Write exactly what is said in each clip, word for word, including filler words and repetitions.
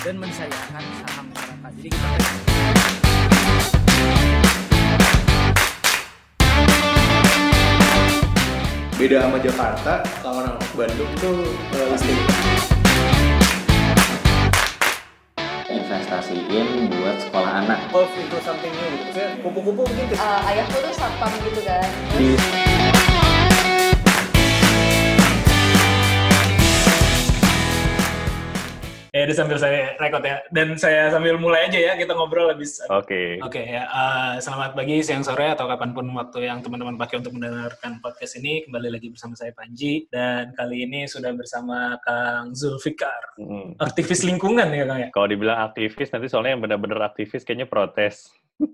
dan mensayangkan hak masyarakat. Jadi kita beda sama Jakarta, kalau orang Bandung tuh pasti investasiin buat sekolah anak. Golf itu something new gitu. Maksudnya kupu-kupu gitu. Uh, ayahku tuh satpam gitu kan. Di Ya, udah sambil saya rekod ya. Dan saya sambil mulai aja ya, kita ngobrol habis. Oke. Okay. Oke okay, ya, uh, selamat pagi, siang, sore, atau kapanpun waktu yang teman-teman pakai untuk mendengarkan podcast ini. Kembali lagi bersama saya Panji, dan kali ini sudah bersama Kang Zulfikar. Hmm. Aktivis lingkungan ya Kang ya? Kalau dibilang aktivis, nanti soalnya yang benar-benar aktivis kayaknya protes.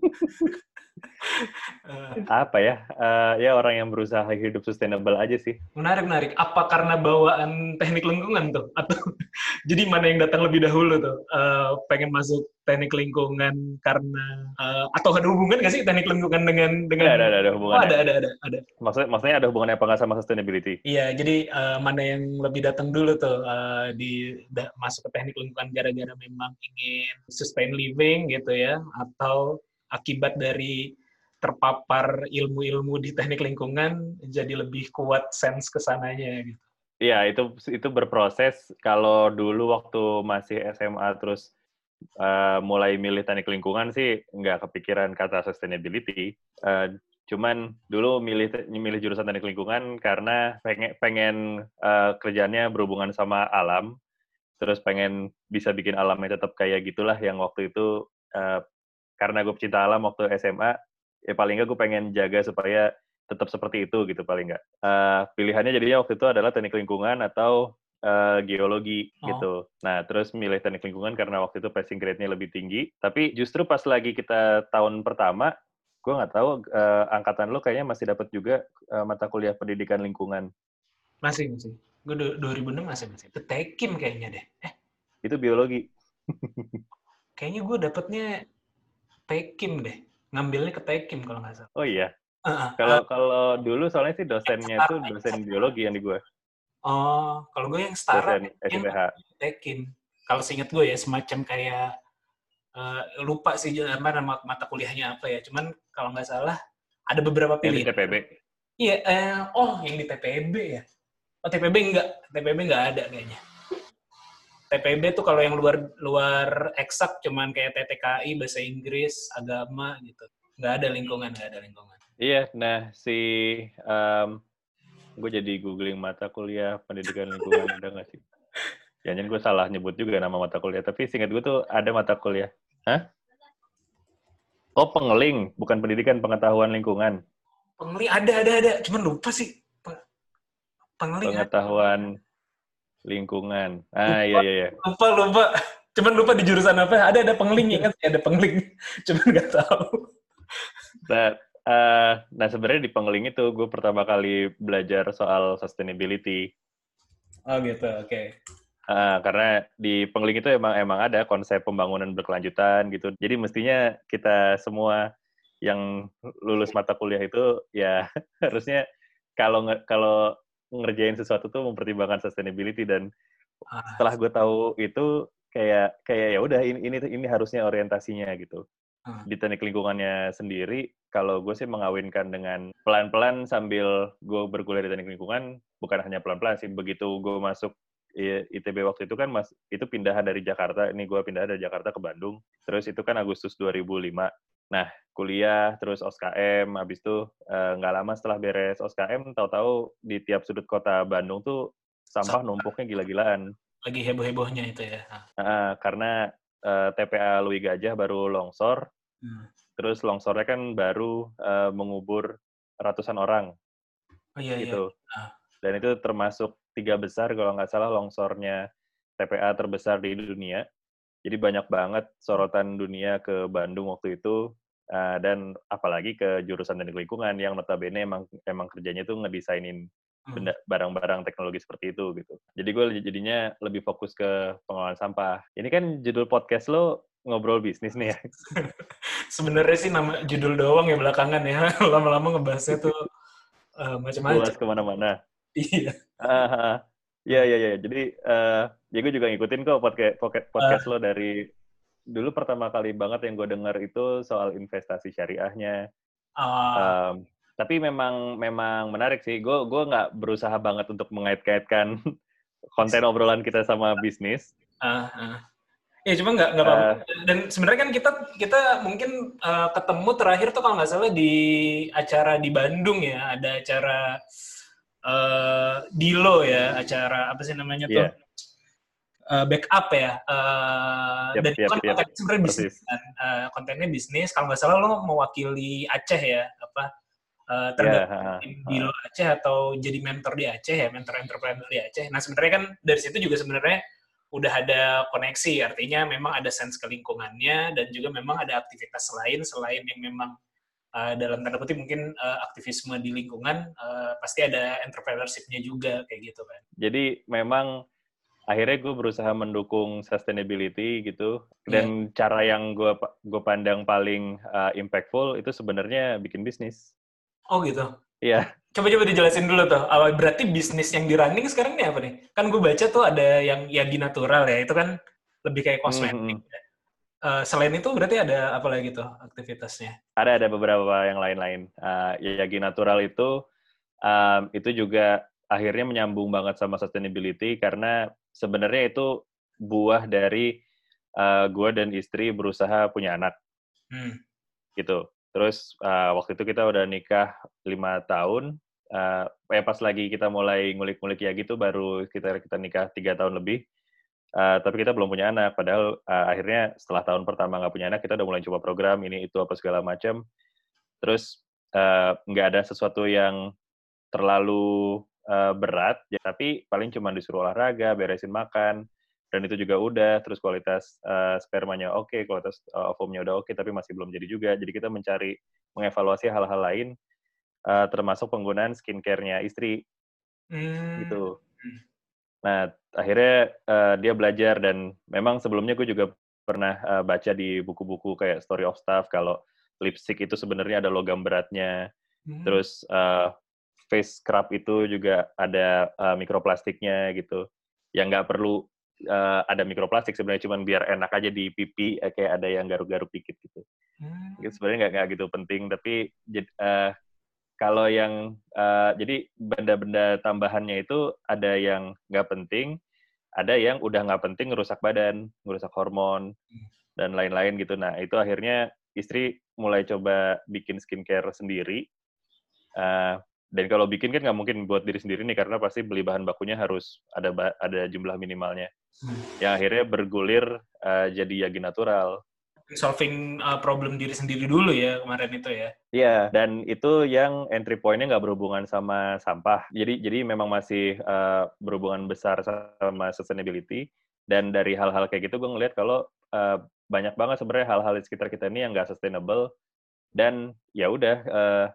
uh, apa ya uh, ya orang yang berusaha hidup sustainable aja sih. Menarik menarik apa karena bawaan teknik lingkungan tuh atau jadi mana yang datang lebih dahulu tuh uh, pengen masuk teknik lingkungan karena uh, atau ada hubungan nggak sih teknik lingkungan dengan dengan ada ada ada hubungan oh, ada ada ada ada maksudnya maksudnya ada hubungannya apa nggak sama sustainability? Iya, jadi uh, mana yang lebih datang dulu tuh uh, di da, masuk ke teknik lingkungan gara-gara memang ingin sustain living gitu ya, atau akibat dari terpapar ilmu-ilmu di teknik lingkungan jadi lebih kuat sense kesananya gitu. Iya, itu itu berproses. Kalau dulu waktu masih S M A terus uh, mulai milih teknik lingkungan sih nggak kepikiran kata sustainability. Uh, cuman dulu milih milih jurusan teknik lingkungan karena pengen pengen uh, kerjaannya berhubungan sama alam. Terus pengen bisa bikin alamnya tetap kayak gitulah yang waktu itu uh, karena gue pecinta alam waktu S M A, ya paling nggak gue pengen jaga supaya tetap seperti itu gitu paling nggak. Uh, pilihannya jadinya waktu itu adalah teknik lingkungan atau uh, geologi oh. gitu. Nah terus milih teknik lingkungan karena waktu itu passing grade-nya lebih tinggi. Tapi justru pas lagi kita tahun pertama, gue nggak tahu uh, angkatan lo kayaknya masih dapat juga uh, mata kuliah pendidikan lingkungan. Masih masih. Gue dua ribu enam masih masih. Itu Tekim kayaknya deh. Eh itu biologi. Kayaknya gue dapetnya Tekim deh, ngambilnya ke Tekim kalau nggak salah. Oh iya. Uh, kalau uh, kalau dulu soalnya sih dosennya tuh dosen biologi yang di gue. Oh, kalau gue yang setara dosen S I P H. Tekim. Kalau seingat gue ya semacam kayak uh, lupa sih apa nama mata kuliahnya apa ya. Cuman kalau nggak salah ada beberapa pilihan. Yang di T P B. Iya, eh, oh yang di T P B ya. Oh T P B enggak, T P B enggak ada kayaknya. T P B tuh kalau yang luar luar eksak cuman kayak T T K I, bahasa Inggris, agama gitu. Nggak ada lingkungan, nggak ada lingkungan. Iya, nah si um, gue jadi googling mata kuliah pendidikan lingkungan ada nggak sih? Jangan gue salah nyebut juga nama mata kuliah, tapi seingat gue tuh ada mata kuliah. Hah? Oh pengeling, bukan pendidikan pengetahuan lingkungan. Pengeling ada ada ada, cuman lupa sih. Pengeling pengetahuan ada. Lingkungan. Ah iya iya iya. Lupa lupa. Cuman lupa di jurusan apa. Ada ada pengeling, ingat sih ada pengeling. Cuman nggak tahu. Nah, uh, nah sebenarnya di pengeling itu gue pertama kali belajar soal sustainability. Oh gitu, oke. Okay. Uh, karena di pengeling itu emang emang ada konsep pembangunan berkelanjutan gitu. Jadi mestinya kita semua yang lulus mata kuliah itu ya harusnya kalau kalau ngerjain sesuatu tuh mempertimbangkan sustainability, dan setelah gue tahu itu kayak kayak ya udah ini ini ini harusnya orientasinya gitu. Hmm. Di teknik lingkungannya sendiri kalau gue sih mengawinkan dengan pelan-pelan sambil gue berkuliah di teknik lingkungan, bukan hanya pelan-pelan sih. Begitu gue masuk I T B waktu itu kan mas itu pindahan dari Jakarta, ini gue pindah dari Jakarta ke Bandung. Terus itu kan Agustus dua ribu lima. Nah, kuliah, terus O S K M, habis itu nggak uh, lama setelah beres O S K M, tahu-tahu di tiap sudut kota Bandung tuh sampah numpuknya gila-gilaan. Lagi heboh-hebohnya itu ya? Uh, karena uh, T P A Lui Gajah baru longsor, hmm. terus longsornya kan baru uh, mengubur ratusan orang. Oh iya, gitu. iya. Ah. Dan itu termasuk tiga besar, kalau nggak salah longsornya T P A terbesar di dunia. Jadi banyak banget sorotan dunia ke Bandung waktu itu, uh, dan apalagi ke jurusan teknik lingkungan yang notabene emang emang kerjanya tuh ngedesainin benda, barang-barang teknologi seperti itu gitu. Jadi gue jadinya lebih fokus ke pengelolaan sampah. Ini kan judul podcast lo ngobrol bisnis nih ya. Sebenarnya sih nama judul doang ya belakangan ya. Lama-lama ngebahasnya tuh uh, macam-macam. Luas kemana-mana. Iya. Uh, Iya, iya, iya. Jadi, uh, ya gue juga ngikutin kok podcast, podcast uh. lo dari dulu pertama kali banget yang gue dengar itu soal investasi syariahnya. Uh. Um, tapi memang memang menarik sih. Gue gue nggak berusaha banget untuk mengait-kaitkan konten obrolan kita sama bisnis. Uh, uh. Ya cuma nggak nggak apa-apa. Uh, Dan sebenarnya kan kita kita mungkin uh, ketemu terakhir tuh kalau nggak salah di acara di Bandung ya. Ada acara Uh, Dilo ya, acara apa sih namanya tuh, yeah. uh, backup ya, uh, yep, dan yep, kan yep, kontennya sebenarnya bisnis kan, uh, kontennya bisnis, kalau nggak salah lo mewakili Aceh ya, apa, uh, tergabung yeah, uh, uh. Dilo Aceh atau jadi mentor di Aceh ya, mentor entrepreneur di Aceh. Nah sebenarnya kan dari situ juga sebenarnya udah ada koneksi, artinya memang ada sense ke lingkungannya, dan juga memang ada aktivitas lain selain yang memang Uh, dalam tanda kutip mungkin uh, aktivisme di lingkungan, uh, pasti ada entrepreneurship-nya juga, kayak gitu kan. Jadi memang akhirnya gue berusaha mendukung sustainability gitu, dan yeah. cara yang gue gue pandang paling uh, impactful itu sebenarnya bikin bisnis. Oh gitu? Iya. Yeah. Coba-coba dijelasin dulu tuh, uh, berarti bisnis yang di running sekarang ini apa nih? Kan gue baca tuh ada yang Yagi Natural ya, itu kan lebih kayak kosmetik. Mm-hmm. Uh, selain itu berarti ada apa lagi tuh aktivitasnya? Ada ada beberapa yang lain-lain. Uh, Yagi Natural itu um, itu juga akhirnya menyambung banget sama sustainability karena sebenarnya itu buah dari uh, gue dan istri berusaha punya anak. Hmm. Gitu. Terus uh, waktu itu kita udah nikah lima tahun. Uh, eh, pas lagi kita mulai ngulik-ngulik Yagi itu baru kita kita nikah tiga tahun lebih. Uh, tapi kita belum punya anak, padahal uh, akhirnya setelah tahun pertama nggak punya anak, kita udah mulai coba program, ini, itu, apa segala macam. Terus uh, nggak ada sesuatu yang terlalu uh, berat, ya, tapi paling cuma disuruh olahraga, beresin makan, dan itu juga udah, terus kualitas uh, spermanya oke, okay, kualitas uh, ovumnya udah oke, okay, tapi masih belum jadi juga. Jadi kita mencari, mengevaluasi hal-hal lain, uh, termasuk penggunaan skincare-nya istri. Hmm. Gitu. Nah, akhirnya uh, dia belajar, dan memang sebelumnya gue juga pernah uh, baca di buku-buku kayak Story of Stuff kalau lipstick itu sebenarnya ada logam beratnya. Hmm. Terus uh, face scrub itu juga ada uh, mikroplastiknya gitu. Yang nggak perlu uh, ada mikroplastik sebenarnya, cuma biar enak aja di pipi, uh, kayak ada yang garuk-garuk dikit gitu. Hmm. Itu sebenarnya nggak gitu penting, tapi uh, kalau yang, uh, jadi benda-benda tambahannya itu ada yang nggak penting, ada yang udah nggak penting ngerusak badan, ngerusak hormon, dan lain-lain gitu. Nah, itu akhirnya istri mulai coba bikin skincare sendiri. Uh, dan kalau bikin kan nggak mungkin buat diri sendiri nih, karena pasti beli bahan bakunya harus ada ada jumlah minimalnya. Yang akhirnya bergulir uh, jadi Yagi Natural. Solving uh, problem diri sendiri dulu ya kemarin itu ya. Iya, dan itu yang entry point-nya nggak berhubungan sama sampah. Jadi jadi memang masih uh, berhubungan besar sama sustainability. Dan dari hal-hal kayak gitu gue ngeliat kalau uh, banyak banget sebenarnya hal-hal di sekitar kita ini yang nggak sustainable. Dan ya udah uh,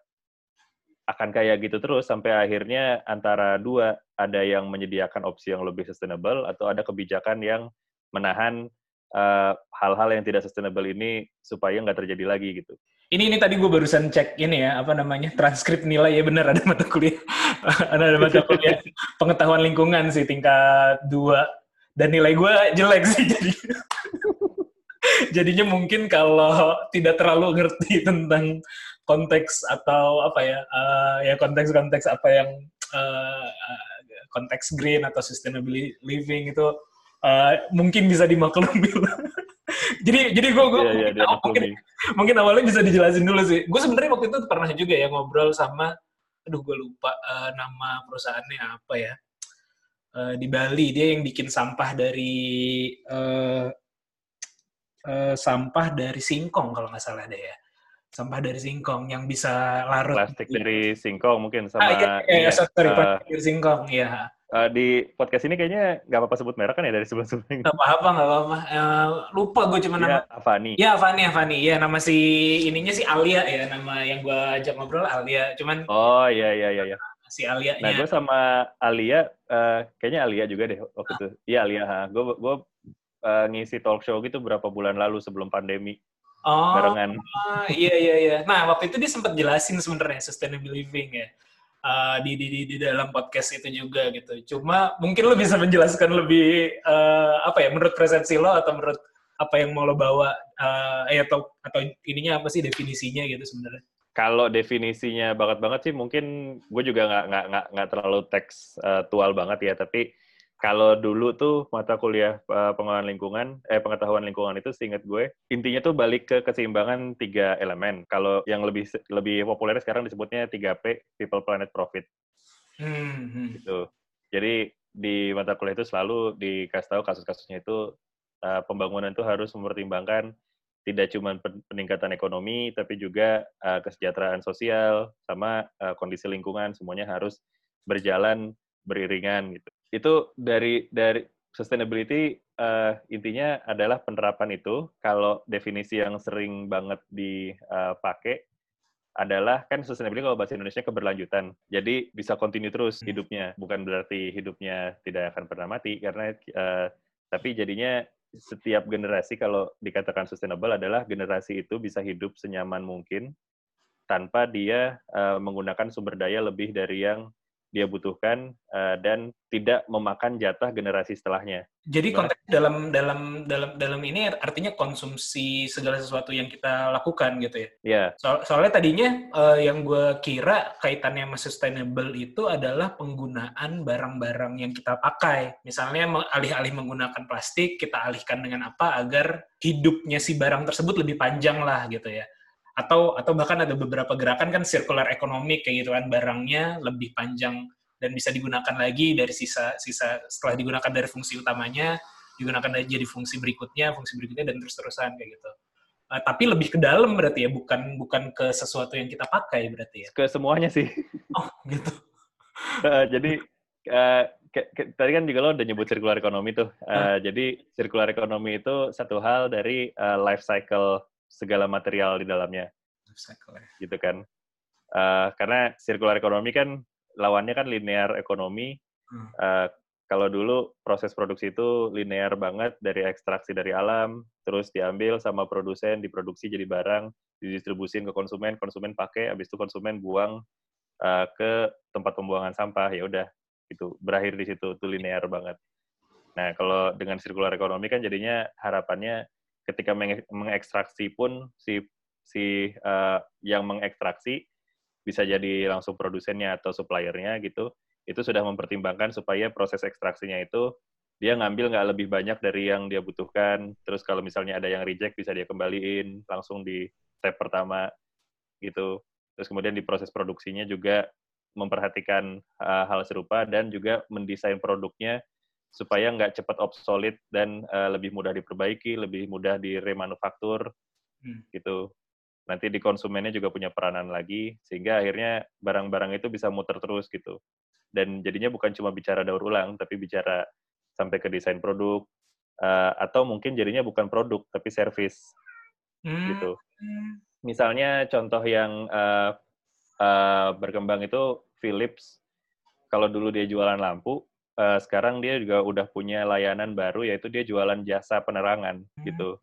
akan kayak gitu terus sampai akhirnya antara dua, ada yang menyediakan opsi yang lebih sustainable atau ada kebijakan yang menahan Uh, hal-hal yang tidak sustainable ini supaya nggak terjadi lagi gitu. Ini ini tadi gue barusan cek ini ya, apa namanya, transkrip nilai, ya benar ada mata kuliah, ada, ada mata kuliah pengetahuan lingkungan sih tingkat dua, dan nilai gue jelek sih jadi. Jadinya mungkin kalau tidak terlalu ngerti tentang konteks atau apa ya, uh, ya konteks-konteks apa yang uh, konteks green atau sustainable living itu Uh, mungkin bisa dimaklumi. jadi jadi gue gue yeah, yeah, mungkin, mungkin awalnya bisa dijelasin dulu sih. Gue sebenarnya waktu itu pernah juga ya ngobrol sama, aduh gue lupa uh, nama perusahaannya apa ya, uh, di Bali, dia yang bikin sampah dari uh, uh, sampah dari singkong kalau nggak salah deh ya, sampah dari singkong yang bisa larut. Plastik dari singkong mungkin sama. Ah, iya, iya, sorry, uh, plastik dari singkong, ya. Uh, di podcast ini kayaknya nggak apa-apa sebut merek kan ya dari sebelum-sebelumnya? Nggak apa-apa, nggak apa-apa. Uh, lupa gue cuma nama. Ya, Avani. Ya, Avani, Avani. Ya, nama si ininya si Alia ya, nama yang gue ajak ngobrol Alia. Cuman. Oh iya iya iya. iya. Si Alia. Nah, gue sama Alia, uh, kayaknya Alia juga deh waktu itu. Iya Alia. Gue gue uh, ngisi talk show gitu berapa bulan lalu sebelum pandemi. Oh. Barengan. Uh, iya iya iya. Nah, waktu itu dia sempat jelasin sebenarnya sustainable living ya. uh, di, di di di dalam podcast itu juga gitu. Cuma mungkin lo bisa menjelaskan lebih uh, apa ya menurut persepsi lo atau menurut apa yang mau lo bawa uh, eh, atau atau ininya apa sih definisinya gitu sebenarnya? Kalau definisinya banget banget sih mungkin gue juga nggak nggak nggak nggak terlalu tekstual banget ya, tapi kalau dulu tuh mata kuliah uh, pengelolaan lingkungan, eh pengetahuan lingkungan itu seingat gue, intinya tuh balik ke keseimbangan tiga elemen. Kalau yang lebih lebih populer sekarang disebutnya tiga P, People, Planet, Profit. Hmm. Gitu. Jadi di mata kuliah itu selalu dikasih tahu kasus-kasusnya itu uh, pembangunan itu harus mempertimbangkan tidak cuma peningkatan ekonomi, tapi juga uh, kesejahteraan sosial sama uh, kondisi lingkungan, semuanya harus berjalan beriringan gitu. Itu dari dari sustainability uh, intinya adalah penerapan itu. Kalau definisi yang sering banget dipakai uh, adalah kan sustainability kalau bahasa Indonesia keberlanjutan. Jadi bisa continue terus hidupnya, bukan berarti hidupnya tidak akan pernah mati karena uh, tapi jadinya setiap generasi kalau dikatakan sustainable adalah generasi itu bisa hidup senyaman mungkin tanpa dia uh, menggunakan sumber daya lebih dari yang dia butuhkan uh, dan tidak memakan jatah generasi setelahnya. Jadi konteks dalam dalam dalam dalam ini artinya konsumsi segala sesuatu yang kita lakukan gitu ya. Iya. Yeah. So, soalnya tadinya uh, yang gue kira kaitannya sama sustainable itu adalah penggunaan barang-barang yang kita pakai. Misalnya alih-alih menggunakan plastik, kita alihkan dengan apa agar hidupnya si barang tersebut lebih panjang lah gitu ya. Atau atau bahkan ada beberapa gerakan kan circular economic kayak gitu kan, barangnya lebih panjang dan bisa digunakan lagi dari sisa sisa setelah digunakan dari fungsi utamanya digunakan lagi jadi fungsi berikutnya fungsi berikutnya dan terus-terusan kayak gitu. Uh, tapi lebih ke dalam berarti ya, bukan bukan ke sesuatu yang kita pakai berarti ya. Ke semuanya sih. Oh gitu. uh, jadi uh, ke, ke, tadi kan juga lo udah nyebut circular economy tuh. Uh, huh? Jadi circular economy itu satu hal dari uh, life cycle segala material di dalamnya, gitu kan? Uh, karena circular economy kan lawannya kan linear ekonomi. Hmm. Uh, kalau dulu proses produksi itu linear banget dari ekstraksi dari alam, terus diambil sama produsen, diproduksi jadi barang, didistribusin ke konsumen, konsumen pakai, habis itu konsumen buang uh, ke tempat pembuangan sampah. Ya udah, gitu. Berakhir di situ, itu linear banget. Nah, kalau dengan circular economy kan jadinya harapannya ketika mengekstraksi pun si si uh, yang mengekstraksi bisa jadi langsung produsennya atau suppliernya gitu, itu sudah mempertimbangkan supaya proses ekstraksinya itu dia ngambil nggak lebih banyak dari yang dia butuhkan. Terus kalau misalnya ada yang reject bisa dia kembaliin langsung di step pertama gitu. Terus kemudian di proses produksinya juga memperhatikan uh, hal serupa dan juga mendesain produknya supaya nggak cepat obsolete dan uh, lebih mudah diperbaiki, lebih mudah diremanufaktur, hmm. gitu. Nanti di konsumennya juga punya peranan lagi, sehingga akhirnya barang-barang itu bisa muter terus gitu. Dan jadinya bukan cuma bicara daur ulang, tapi bicara sampai ke desain produk, uh, atau mungkin jadinya bukan produk, tapi service, hmm. gitu. Misalnya contoh yang uh, uh, berkembang itu Philips, kalau dulu dia jualan lampu, Uh, sekarang dia juga udah punya layanan baru, yaitu dia jualan jasa penerangan gitu.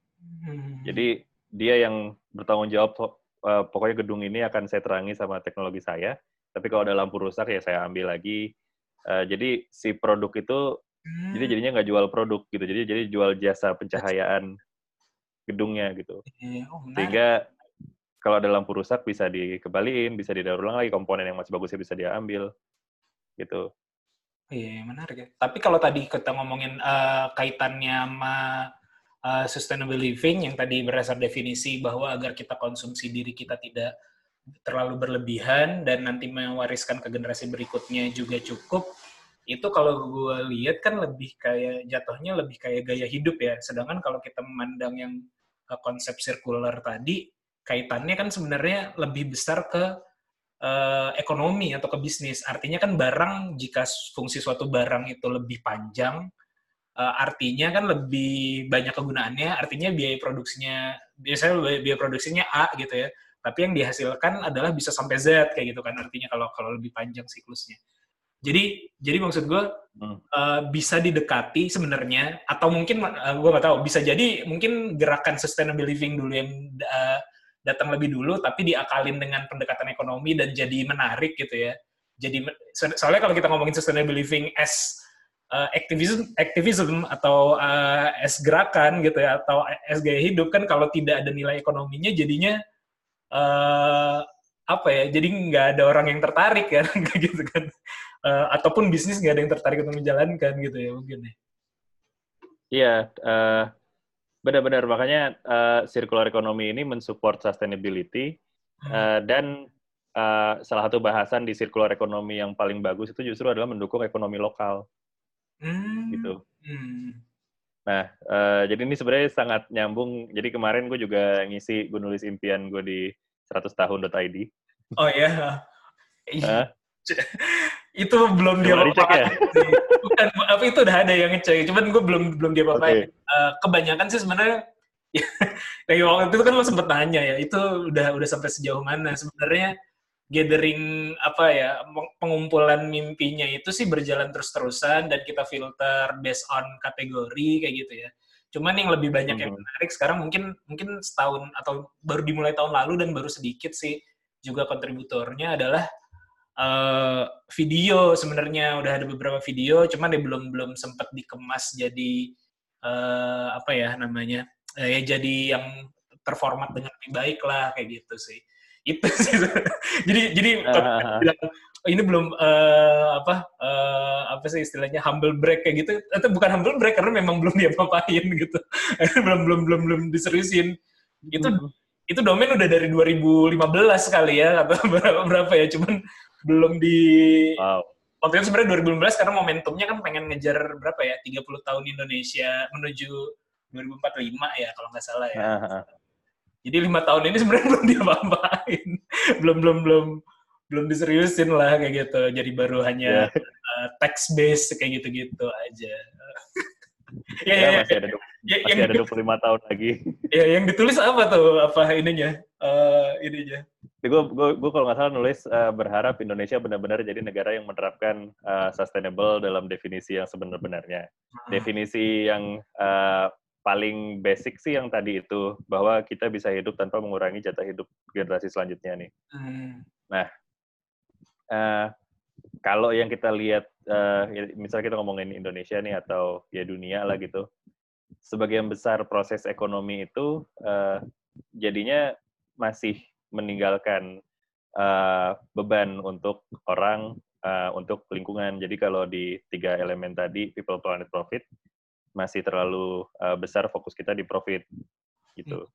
Jadi dia yang bertanggung jawab, uh, pokoknya gedung ini akan saya terangi sama teknologi saya, tapi kalau ada lampu rusak ya saya ambil lagi. Uh, jadi si produk itu, hmm. jadi jadinya nggak jual produk gitu, jadi jadi jual jasa pencahayaan gedungnya gitu. Oh, sehingga kalau ada lampu rusak bisa dikembaliin, bisa didaur ulang lagi, komponen yang masih bagusnya bisa dia ambil gitu. Iya, menarik ya. Tapi kalau tadi kita ngomongin uh, kaitannya sama uh, sustainable living, yang tadi berdasar definisi bahwa agar kita konsumsi diri kita tidak terlalu berlebihan dan nanti mewariskan ke generasi berikutnya juga cukup, itu kalau gue lihat kan lebih kayak, jatuhnya lebih kayak gaya hidup ya. Sedangkan kalau kita memandang yang uh, konsep sirkular tadi, kaitannya kan sebenarnya lebih besar ke Uh, ekonomi atau ke bisnis. Artinya kan barang, jika fungsi suatu barang itu lebih panjang, uh, artinya kan lebih banyak kegunaannya, artinya biaya produksinya, biasanya biaya produksinya A gitu ya, tapi yang dihasilkan adalah bisa sampai Z kayak gitu kan, artinya kalau kalau lebih panjang siklusnya. Jadi jadi maksud gue hmm. uh, bisa didekati sebenarnya, atau mungkin uh, gue nggak tahu, bisa jadi mungkin gerakan sustainable living dulu yang uh, datang lebih dulu, tapi diakalin dengan pendekatan ekonomi dan jadi menarik gitu ya. jadi so- soalnya kalau kita ngomongin sustainable living as uh, activism activism atau uh, as gerakan gitu ya atau as gaya hidup kan kalau tidak ada nilai ekonominya jadinya uh, apa ya jadi nggak ada orang yang tertarik kan kayak gitu kan uh, ataupun bisnis nggak ada yang tertarik untuk menjalankan gitu ya mungkin ya. Iya, uh, benar-benar makanya uh, circular economy ini mensupport sustainability uh, dan uh, salah satu bahasan di circular economy yang paling bagus itu justru adalah mendukung ekonomi lokal. Hmm. Gitu. Hmm. Nah, uh, jadi ini sebenarnya sangat nyambung. Jadi kemarin gue juga ngisi, gue nulis impian gue di seratus tahun dot i d. Oh ya. Uh, itu belum dia apa-apain. Ya? Bukan, apa itu udah ada yang ngecek. Cuman gue belum belum dia apa-apain. Okay. Uh, kebanyakan sih sebenarnya kayak waktu itu kan lo sempet nanya ya, itu udah udah sampai sejauh mana sebenarnya gathering apa ya pengumpulan mimpinya itu sih berjalan terus-terusan dan kita filter based on kategori kayak gitu ya. Cuman yang lebih banyak mm-hmm. yang menarik sekarang mungkin mungkin setahun atau baru dimulai tahun lalu dan baru sedikit sih juga kontributornya adalah uh, video sebenarnya udah ada beberapa video cuman dia belum belum sempat dikemas jadi uh, apa ya namanya uh, ya jadi yang terformat dengan lebih baik lah kayak gitu sih. Itu sih jadi jadi uh, bilang, oh, ini belum uh, apa uh, apa sih istilahnya humble break kayak gitu atau bukan humble break karena memang belum diapa-apain gitu belum belum belum belum diseriusin itu uh. itu domain udah dari dua ribu lima belas kali ya atau berapa berapa ya cuman belum di wow. Waktu itu sebenarnya dua ribu lima belas karena momentumnya kan pengen ngejar berapa ya tiga puluh tahun Indonesia menuju dua ribu empat puluh lima ya kalau nggak salah ya. Uh-huh. Jadi lima tahun ini sebenarnya belum diapa-apain, belum belum belum belum diseriusin lah kayak gitu. Jadi baru hanya yeah. uh, text based kayak gitu-gitu aja. ya, ya, ya, masih ada, ya, masih yang ada dua puluh lima tahun lagi. Ya, yang ditulis apa tuh? Apa ininya? Uh, ininya. Gue gue gue kalau nggak salah nulis uh, berharap Indonesia benar-benar jadi negara yang menerapkan uh, sustainable dalam definisi yang sebenar-benarnya. Hmm. Definisi yang uh, paling basic sih yang tadi itu, bahwa kita bisa hidup tanpa mengurangi jatah hidup generasi selanjutnya nih. Hmm. Nah, uh, kalau yang kita lihat, uh, misalnya kita ngomongin Indonesia nih, atau ya dunia lah gitu, sebagian besar proses ekonomi itu uh, jadinya masih meninggalkan uh, beban untuk orang, uh, untuk lingkungan. Jadi kalau di tiga elemen tadi, people, planet, profit, masih terlalu uh, besar fokus kita di profit gitu.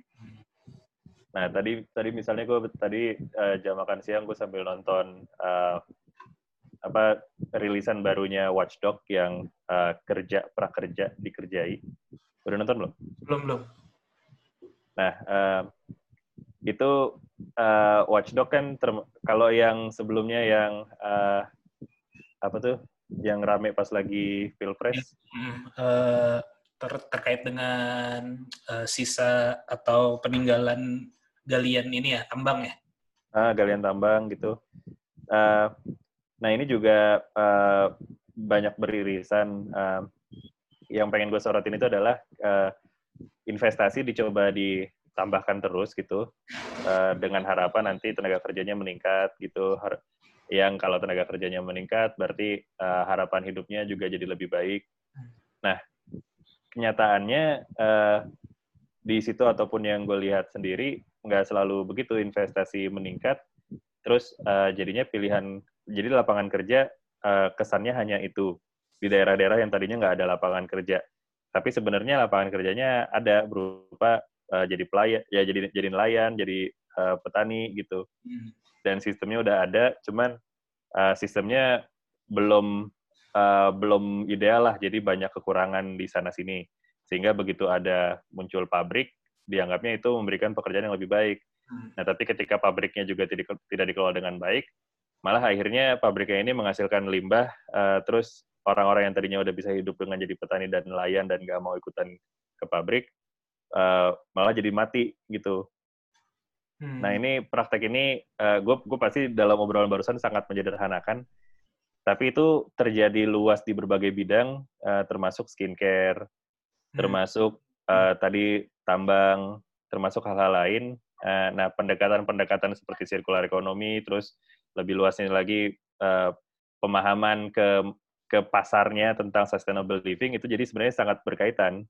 Nah tadi tadi misalnya gue tadi uh, jam makan siang gue sambil nonton uh, apa rilisan barunya Watch Dogs yang uh, kerja prakerja dikerjai. Udah nonton belum? Belum belum. Nah uh, itu uh, Watch Dogs kan ter- kalau yang sebelumnya yang uh, apa tuh? Yang rame pas lagi Pilpres? Uh, ter- terkait dengan uh, sisa atau peninggalan galian ini ya, tambang ya? Ah, galian tambang gitu. Uh, nah ini juga uh, banyak beririsan. Uh, yang pengen gue sorotin itu adalah uh, investasi dicoba ditambahkan terus gitu, uh, dengan harapan nanti tenaga kerjanya meningkat gitu. Har- yang kalau tenaga kerjanya meningkat, berarti uh, harapan hidupnya juga jadi lebih baik. Nah, kenyataannya uh, di situ ataupun yang gue lihat sendiri, nggak selalu begitu investasi meningkat, terus uh, jadinya pilihan, jadi lapangan kerja uh, kesannya hanya itu, di daerah-daerah yang tadinya nggak ada lapangan kerja. Tapi sebenarnya lapangan kerjanya ada, berupa uh, jadi pelayan, ya jadi, jadi nelayan, jadi uh, petani gitu. Dan sistemnya udah ada, cuman uh, sistemnya belum uh, belum ideal lah, jadi banyak kekurangan di sana sini, sehingga begitu ada muncul pabrik, dianggapnya itu memberikan pekerjaan yang lebih baik. Nah tapi ketika pabriknya juga tidak tidak dikelola dengan baik, malah akhirnya pabriknya ini menghasilkan limbah, uh, terus orang-orang yang tadinya udah bisa hidup dengan jadi petani dan nelayan dan nggak mau ikutan ke pabrik, uh, malah jadi mati gitu. Hmm. Nah ini praktek ini, uh, gue gue pasti dalam obrolan barusan sangat menyederhanakan, tapi itu terjadi luas di berbagai bidang, uh, termasuk skincare, hmm. termasuk uh, hmm. tadi tambang, termasuk hal-hal lain. Uh, nah pendekatan-pendekatan seperti circular economy, terus lebih luasnya lagi uh, pemahaman ke ke pasarnya tentang sustainable living itu jadi sebenarnya sangat berkaitan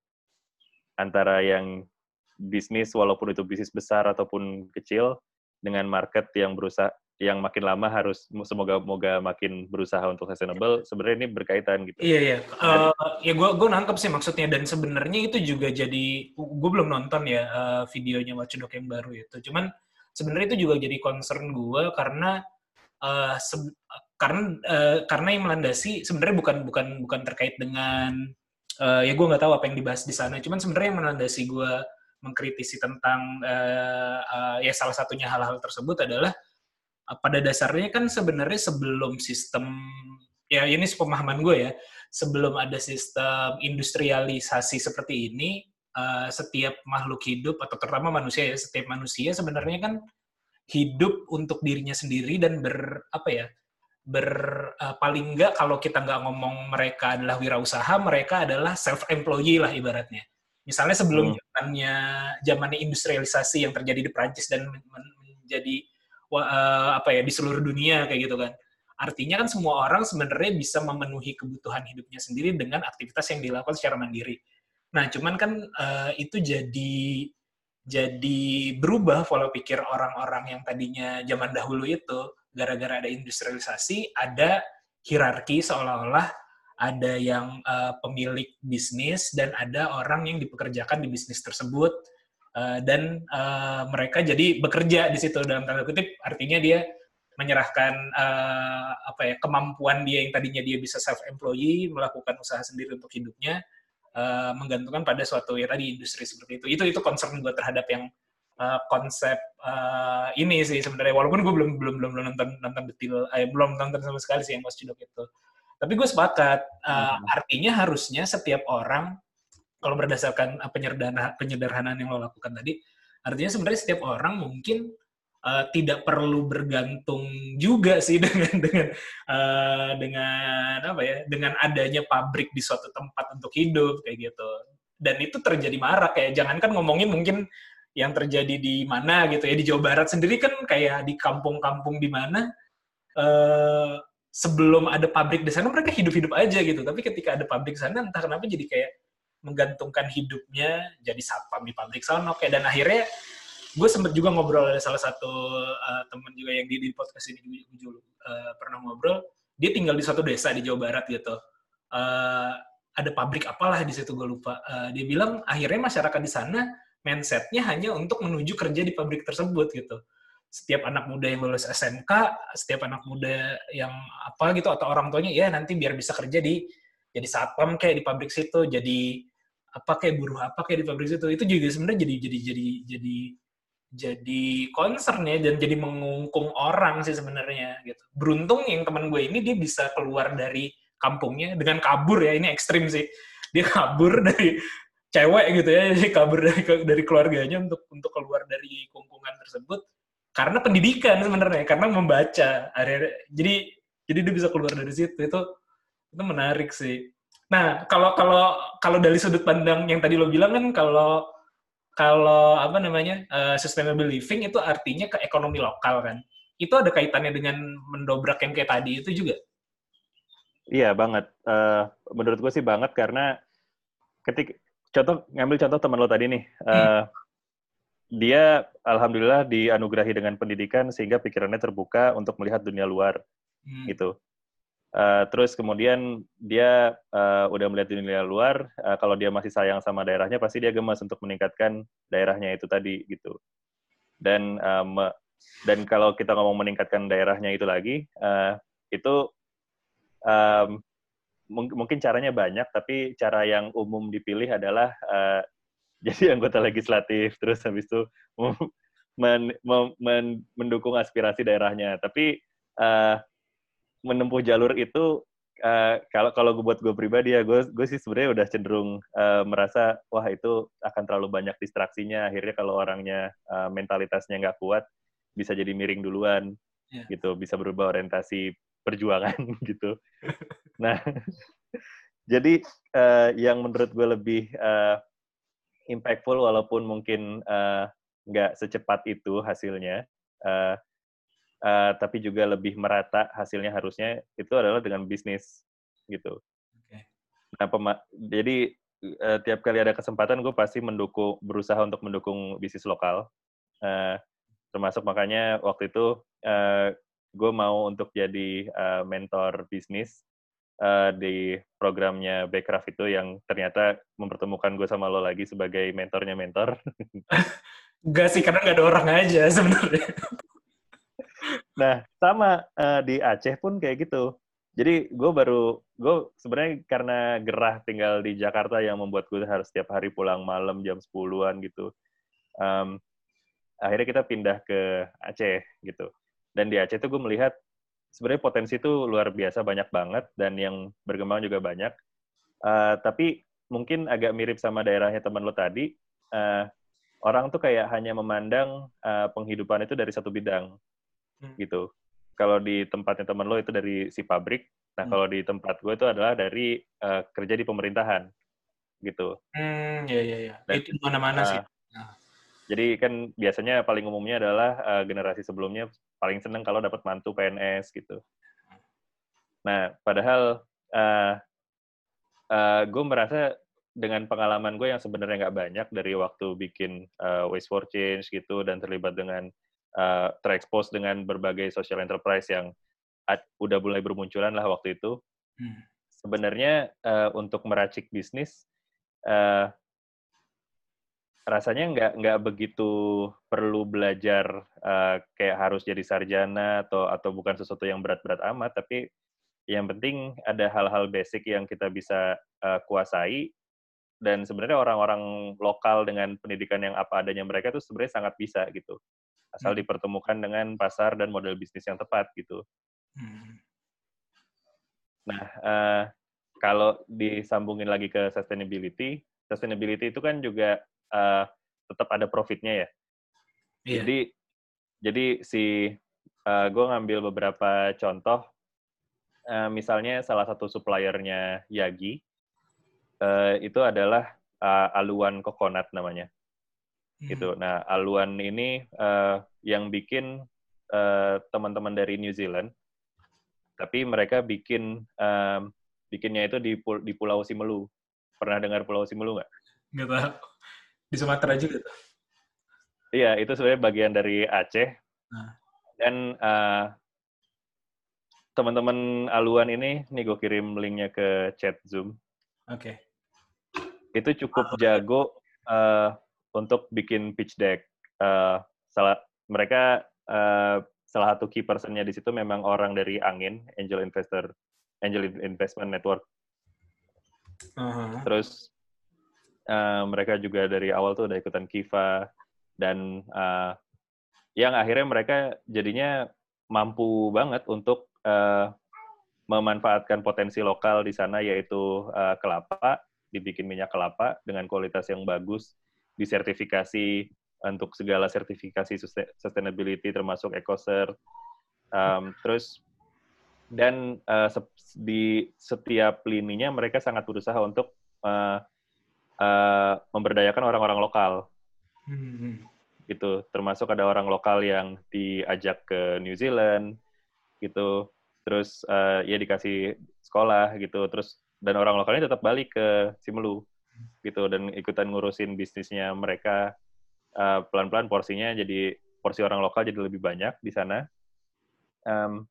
antara yang bisnis walaupun itu bisnis besar ataupun kecil dengan market yang berusaha yang makin lama harus semoga-moga makin berusaha untuk sustainable sebenarnya ini berkaitan gitu. Iya iya. Uh, ya gue gue nangkep sih maksudnya dan sebenarnya itu juga jadi gue belum nonton ya uh, videonya Watchdog yang baru itu. Cuman sebenarnya itu juga jadi concern gue karena uh, se- karena uh, karena yang melandasi sebenarnya bukan bukan bukan terkait dengan uh, ya gue nggak tahu apa yang dibahas di sana. Cuman sebenarnya yang melandasi gue mengkritisi tentang uh, uh, ya salah satunya hal-hal tersebut adalah pada dasarnya kan sebenarnya sebelum sistem, ya ini sepemahaman gue ya, sebelum ada sistem industrialisasi seperti ini, uh, setiap makhluk hidup, atau terutama manusia ya, setiap manusia sebenarnya kan hidup untuk dirinya sendiri dan ber, apa ya, ber, uh, paling enggak kalau kita nggak ngomong mereka adalah wirausaha, mereka adalah self-employee lah ibaratnya. Misalnya sebelum hmm. zamannya, zamannya industrialisasi yang terjadi di Prancis dan men- menjadi Uh, apa ya di seluruh dunia kayak gitu kan. Artinya kan semua orang sebenarnya bisa memenuhi kebutuhan hidupnya sendiri dengan aktivitas yang dilakukan secara mandiri. Nah, cuman kan uh, itu jadi jadi berubah pola pikir orang-orang yang tadinya zaman dahulu itu gara-gara ada industrialisasi, ada hierarki seolah-olah ada yang uh, pemilik bisnis dan ada orang yang dipekerjakan di bisnis tersebut. Uh, dan uh, mereka jadi bekerja di situ dalam tanda kutip, artinya dia menyerahkan uh, apa ya kemampuan dia yang tadinya dia bisa self-employee melakukan usaha sendiri untuk hidupnya, uh, menggantungkan pada suatu ya tadi industri seperti itu. Itu itu concern gue terhadap yang uh, konsep uh, ini sih sebenarnya. Walaupun gue belum belum belum nonton nonton detail, eh, belum nonton sama sekali sih yang Watchdog itu. Tapi gue sepakat, uh, hmm. artinya harusnya setiap orang kalau berdasarkan penyederhana, penyederhanaan yang lo lakukan tadi, artinya sebenarnya setiap orang mungkin uh, tidak perlu bergantung juga sih dengan dengan uh, dengan apa ya, dengan adanya pabrik di suatu tempat untuk hidup kayak gitu. Dan itu terjadi marak kayak jangankan ngomongin mungkin yang terjadi di mana gitu ya, di Jawa Barat sendiri kan kayak di kampung-kampung di mana uh, sebelum ada pabrik di sana mereka hidup-hidup aja gitu. Tapi ketika ada pabrik sana entah kenapa jadi kayak menggantungkan hidupnya jadi satpam di pabrik sono kayak. Dan akhirnya gue sempet juga ngobrol ada salah satu uh, teman juga yang di, di podcast ini juga uh, pernah ngobrol, dia tinggal di suatu desa di Jawa Barat gitu, uh, ada pabrik apalah di situ gue lupa, uh, dia bilang akhirnya masyarakat di sana mindsetnya hanya untuk menuju kerja di pabrik tersebut gitu. Setiap anak muda yang lulus S M K, setiap anak muda yang apa gitu atau orang tuanya ya nanti biar bisa kerja di jadi satpam kayak di pabrik situ, jadi apa kayak buruh apa kayak di pabrik situ. Itu juga sebenarnya jadi jadi jadi jadi jadi concern ya dan jadi mengungkung orang sih sebenarnya gitu. Beruntung yang teman gue ini dia bisa keluar dari kampungnya dengan kabur ya, ini ekstrim sih. Dia kabur dari cewek gitu ya, dia kabur dari dari keluarganya untuk untuk keluar dari kungkungan tersebut karena pendidikan sebenarnya, karena membaca. Jadi jadi dia bisa keluar dari situ. Itu itu menarik sih. Nah, kalau kalau kalau dari sudut pandang yang tadi lo bilang kan kalau kalau apa namanya uh, sustainable living itu artinya ke ekonomi lokal kan. Itu ada kaitannya dengan mendobrak yang kayak tadi itu juga? Iya banget. Uh, menurut gue sih banget karena ketik contoh ngambil contoh teman lo tadi nih. Uh, hmm. Dia alhamdulillah dianugerahi dengan pendidikan sehingga pikirannya terbuka untuk melihat dunia luar hmm. gitu. Uh, terus kemudian dia uh, udah melihat dunia luar, uh, kalau dia masih sayang sama daerahnya, pasti dia gemas untuk meningkatkan daerahnya itu tadi, gitu. Dan um, dan kalau kita ngomong meningkatkan daerahnya itu lagi, uh, itu um, mung- mungkin caranya banyak, tapi cara yang umum dipilih adalah uh, jadi anggota legislatif, terus habis itu men- men- men- mendukung aspirasi daerahnya. Tapi uh, menempuh jalur itu uh, kalau kalau gue buat gue pribadi ya gue gue sih sebenarnya udah cenderung uh, merasa wah itu akan terlalu banyak distraksinya, akhirnya kalau orangnya uh, mentalitasnya nggak kuat bisa jadi miring duluan yeah. gitu, bisa berubah orientasi perjuangan gitu. Nah jadi uh, yang menurut gue lebih uh, impactful walaupun mungkin uh, nggak secepat itu hasilnya, uh, uh, tapi juga lebih merata hasilnya harusnya itu adalah dengan bisnis gitu. Oke. Nah, pema- jadi uh, tiap kali ada kesempatan gue pasti mendukung, berusaha untuk mendukung bisnis lokal. Uh, termasuk makanya waktu itu uh, gue mau untuk jadi uh, mentor bisnis uh, di programnya Backcraft itu yang ternyata mempertemukan gue sama lo lagi sebagai mentornya mentor. Enggak sih, karena nggak ada orang aja sebenarnya. Nah, sama uh, di Aceh pun kayak gitu. Jadi gue baru, gue sebenarnya karena gerah tinggal di Jakarta yang membuat gue harus setiap hari pulang malam jam sepuluhan gitu. Um, akhirnya kita pindah ke Aceh gitu. Dan di Aceh tuh gue melihat sebenarnya potensi itu luar biasa banyak banget dan yang berkembang juga banyak. Uh, tapi mungkin agak mirip sama daerahnya teman lo tadi. Uh, orang tuh kayak hanya memandang uh, penghidupan itu dari satu bidang, hmm. gitu. Kalau di tempatnya teman lo itu dari si pabrik, nah hmm. kalau di tempat gue itu adalah dari uh, kerja di pemerintahan, gitu. Hmm, ya ya ya. Dan, itu mana-mana uh, sih. Nah. Jadi kan biasanya paling umumnya adalah uh, generasi sebelumnya paling seneng kalau dapat mantu P N S, gitu. Nah, padahal uh, uh, gue merasa dengan pengalaman gue yang sebenarnya nggak banyak dari waktu bikin uh, Waste for Change gitu dan terlibat dengan uh, terekspos dengan berbagai social enterprise yang ad, udah mulai bermunculan lah waktu itu. Hmm. Sebenarnya uh, untuk meracik bisnis uh, rasanya nggak nggak begitu perlu belajar uh, kayak harus jadi sarjana atau atau bukan sesuatu yang berat-berat amat, tapi yang penting ada hal-hal basic yang kita bisa uh, kuasai. Dan sebenarnya orang-orang lokal dengan pendidikan yang apa adanya mereka itu sebenarnya sangat bisa gitu. Asal hmm. dipertemukan dengan pasar dan model bisnis yang tepat gitu. Hmm. Nah, uh, kalau disambungin lagi ke sustainability, sustainability itu kan juga uh, tetap ada profitnya ya. Yeah. Jadi, jadi si uh, gue ngambil beberapa contoh, uh, misalnya salah satu suppliernya Yagi, Uh, itu adalah uh, aluan coconut namanya, hmm. gitu. Nah, aluan ini uh, yang bikin uh, teman-teman dari New Zealand, tapi mereka bikin um, bikinnya itu di, pul- di Pulau Simelu. Pernah dengar Pulau Simelu nggak? Nggak tahu. Di Sumatera juga tuh. Iya, itu sebenarnya bagian dari Aceh. Nah. Dan uh, teman-teman aluan ini, nih gue kirim linknya ke chat Zoom. Oke. Okay. Itu cukup jago uh, untuk bikin pitch deck. Uh, salah mereka uh, salah satu key person-nya di situ memang orang dari Angin, Angel Investor, Angel Investment Network. Uh-huh. Terus uh, mereka juga dari awal tuh udah ikutan Kiva dan uh, yang akhirnya mereka jadinya mampu banget untuk uh, memanfaatkan potensi lokal di sana yaitu uh, kelapa. Dibikin minyak kelapa dengan kualitas yang bagus, disertifikasi untuk segala sertifikasi sustainability termasuk EcoCert. Um, terus dan uh, di setiap lininya mereka sangat berusaha untuk uh, uh, memberdayakan orang-orang lokal. Hmm. Gitu, termasuk ada orang lokal yang diajak ke New Zealand gitu. Terus uh, ya dikasih sekolah gitu, terus dan orang lokalnya tetap balik ke Simelu gitu dan ikutan ngurusin bisnisnya mereka uh, pelan-pelan porsinya jadi porsi orang lokal jadi lebih banyak di sana. Um,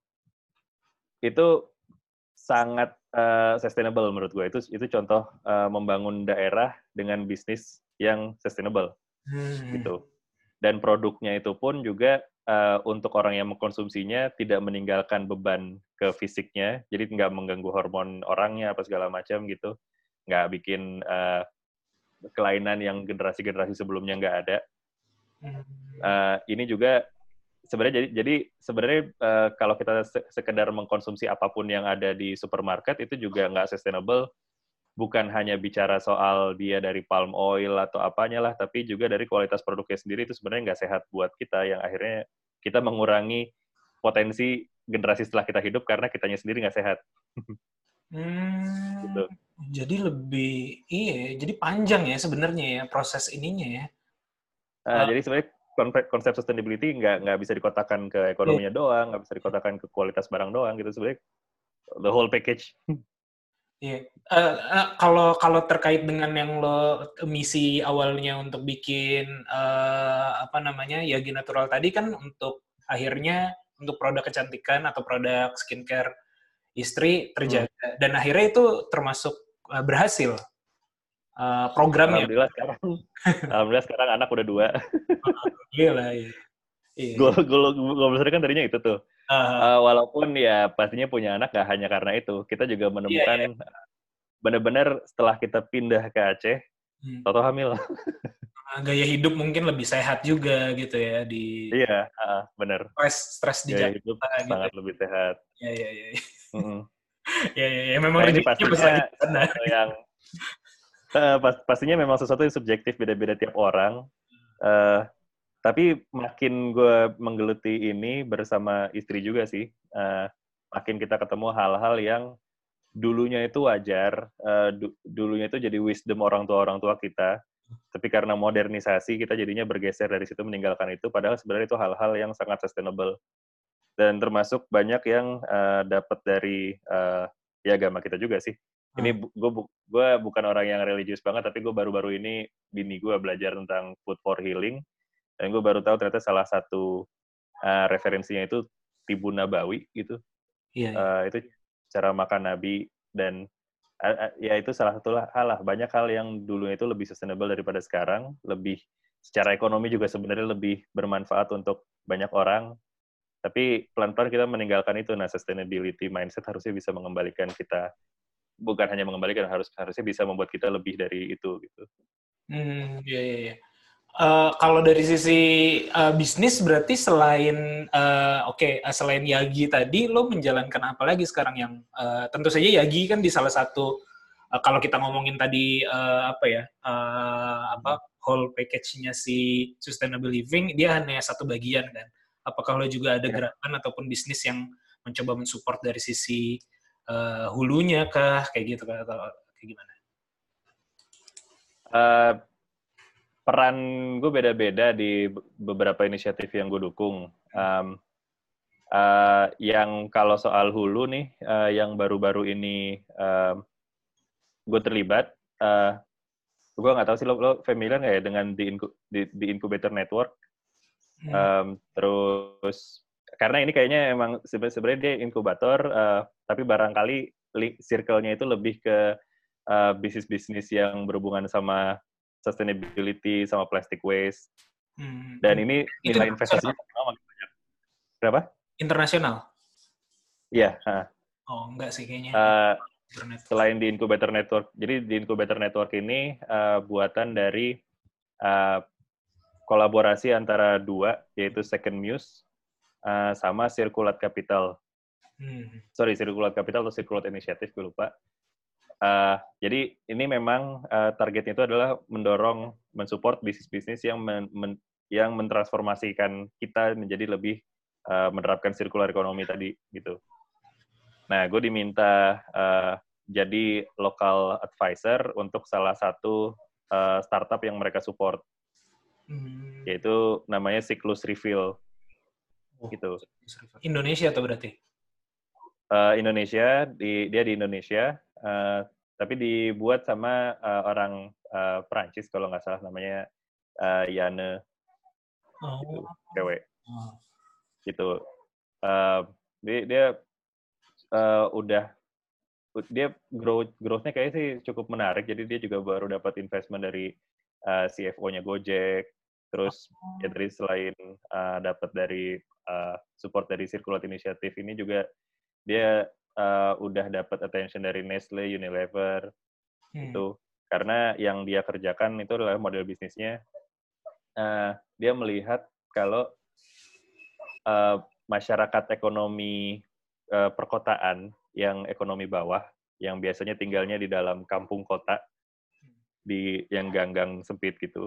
itu sangat uh, sustainable menurut gue. Itu itu contoh uh, membangun daerah dengan bisnis yang sustainable hmm. gitu. Dan produknya itu pun juga uh, untuk orang yang mengkonsumsinya tidak meninggalkan beban ke fisiknya, jadi nggak mengganggu hormon orangnya apa segala macam gitu, nggak bikin uh, kelainan yang generasi-generasi sebelumnya nggak ada. Uh, ini juga sebenarnya jadi jadi sebenarnya uh, kalau kita sekedar mengkonsumsi apapun yang ada di supermarket itu juga nggak sustainable. Bukan hanya bicara soal dia dari palm oil atau apanya lah, tapi juga dari kualitas produknya sendiri itu sebenarnya nggak sehat buat kita, yang akhirnya kita mengurangi potensi generasi setelah kita hidup karena kitanya sendiri nggak sehat. hmm, gitu. Jadi lebih, iya, jadi panjang ya sebenarnya ya proses ininya ya. Nah, uh, jadi sebenarnya konsep, konsep sustainability nggak nggak bisa dikotakan ke ekonominya doang, nggak bisa dikotakan ke kualitas barang doang gitu, sebenarnya the whole package. Iya. Eh, eh, kalau kalau terkait dengan yang lo misi awalnya untuk bikin eh, apa namanya Yagi Natural tadi kan untuk akhirnya untuk produk kecantikan atau produk skincare istri terjaga Hmm. dan akhirnya itu termasuk eh, berhasil eh, programnya. Alhamdulillah sekarang, alhamdulillah sekarang anak udah dua. Gila, iya. Iya. Goal goal goal besar kan tadinya itu tuh. Ah, Uh, walaupun ya pastinya punya anak gak hanya karena itu, kita juga iya, iya. menemukan benar-benar setelah kita pindah ke Aceh, Hmm. Toto hamil. Gaya hidup mungkin lebih sehat juga gitu ya di Iya, uh, bener. stres stres di Gaya hidup Jakarta gitu. sangat lebih sehat. Ya ya ya. Mm-mm. Ya ya ya memang Nah ini rezekinya pas pastinya lagi di sana. sesuatu yang uh, pas, pastinya memang sesuatu yang subjektif beda-beda tiap orang. Uh, tapi makin gue menggeluti ini bersama istri juga sih, uh, makin kita ketemu hal-hal yang dulunya itu wajar, uh, du- dulunya itu jadi wisdom orang tua orang tua kita. Tapi karena modernisasi kita jadinya bergeser dari situ meninggalkan itu, padahal sebenarnya itu hal-hal yang sangat sustainable. Dan termasuk banyak yang uh, dapat dari uh, ya agama kita juga sih. Ini bu- gue bu- gue bukan orang yang religius banget, tapi gue baru-baru ini bini gue belajar tentang food for healing, dan gue baru tahu ternyata salah satu uh, referensinya itu Tibu Nabawi gitu. Iya, iya. Uh, itu cara makan Nabi, dan uh, uh, ya itu salah satu hal lah. Banyak hal yang dulunya itu lebih sustainable daripada sekarang, lebih secara ekonomi juga sebenarnya lebih bermanfaat untuk banyak orang. Tapi pelan-pelan kita meninggalkan itu. Nah, sustainability mindset harusnya bisa mengembalikan kita, bukan hanya mengembalikan, harus harusnya bisa membuat kita lebih dari itu gitu. Hmm, iya iya iya. Eh, kalau dari sisi eh, bisnis berarti selain eh, oke okay, selain Yagi tadi lo menjalankan apa lagi sekarang yang eh, tentu saja Yagi kan di salah satu eh, kalau kita ngomongin tadi eh, apa ya eh, apa whole package-nya si sustainable living dia hanya satu bagian kan. Apakah lo juga ada gerakan ataupun bisnis yang mencoba mensupport dari sisi eh, hulunya kah kayak gitu kah atau kayak gimana? Uh, peran gue beda-beda di beberapa inisiatif yang gue dukung. Um, uh, yang kalau soal hulu nih, uh, yang baru-baru ini uh, gue terlibat, uh, gue nggak tahu sih lo, lo familiar nggak ya dengan di, di, di Incubator Network. Um, terus karena ini kayaknya emang sebenarnya dia inkubator, uh, tapi barangkali circle-nya itu lebih ke uh, bisnis-bisnis yang berhubungan sama sustainability, sama plastic waste. Hmm. Dan ini nilai investasinya makin banyak. Berapa? Internasional? Iya. Uh, oh, enggak sih kayaknya. Uh, selain di Incubator Network, jadi di Incubator Network ini uh, buatan dari uh, kolaborasi antara dua, yaitu Second Muse uh, sama Circulate Capital. Hmm. Sorry, Circulate Capital atau Circulate Initiative, gue lupa. Uh, jadi ini memang uh, targetnya itu adalah mendorong, mensupport bisnis-bisnis yang men, men, yang mentransformasikan kita menjadi lebih uh, menerapkan circular economy tadi gitu. Nah, gue diminta uh, jadi local advisor untuk salah satu uh, startup yang mereka support, hmm. yaitu namanya Cyclus Refill. Oh, gitu. Indonesia atau berarti? Uh, Indonesia, di, dia di Indonesia. Uh, tapi dibuat sama uh, orang uh, Perancis kalau nggak salah, namanya uh, Yane, oh. gitu, cewek, oh. gitu. Uh, dia dia uh, udah dia growth growth-nya kayaknya sih cukup menarik. Jadi dia juga baru dapat investment dari uh, C F O-nya Gojek, terus oh. ya dari selain uh, dapat dari uh, support dari Circulate Initiative ini juga dia Uh, udah dapat attention dari Nestle, Unilever, hmm. itu karena yang dia kerjakan itu adalah model bisnisnya. Uh, dia melihat kalau uh, masyarakat ekonomi uh, perkotaan yang ekonomi bawah, yang biasanya tinggalnya di dalam kampung kota, di yang gang-gang sempit gitu,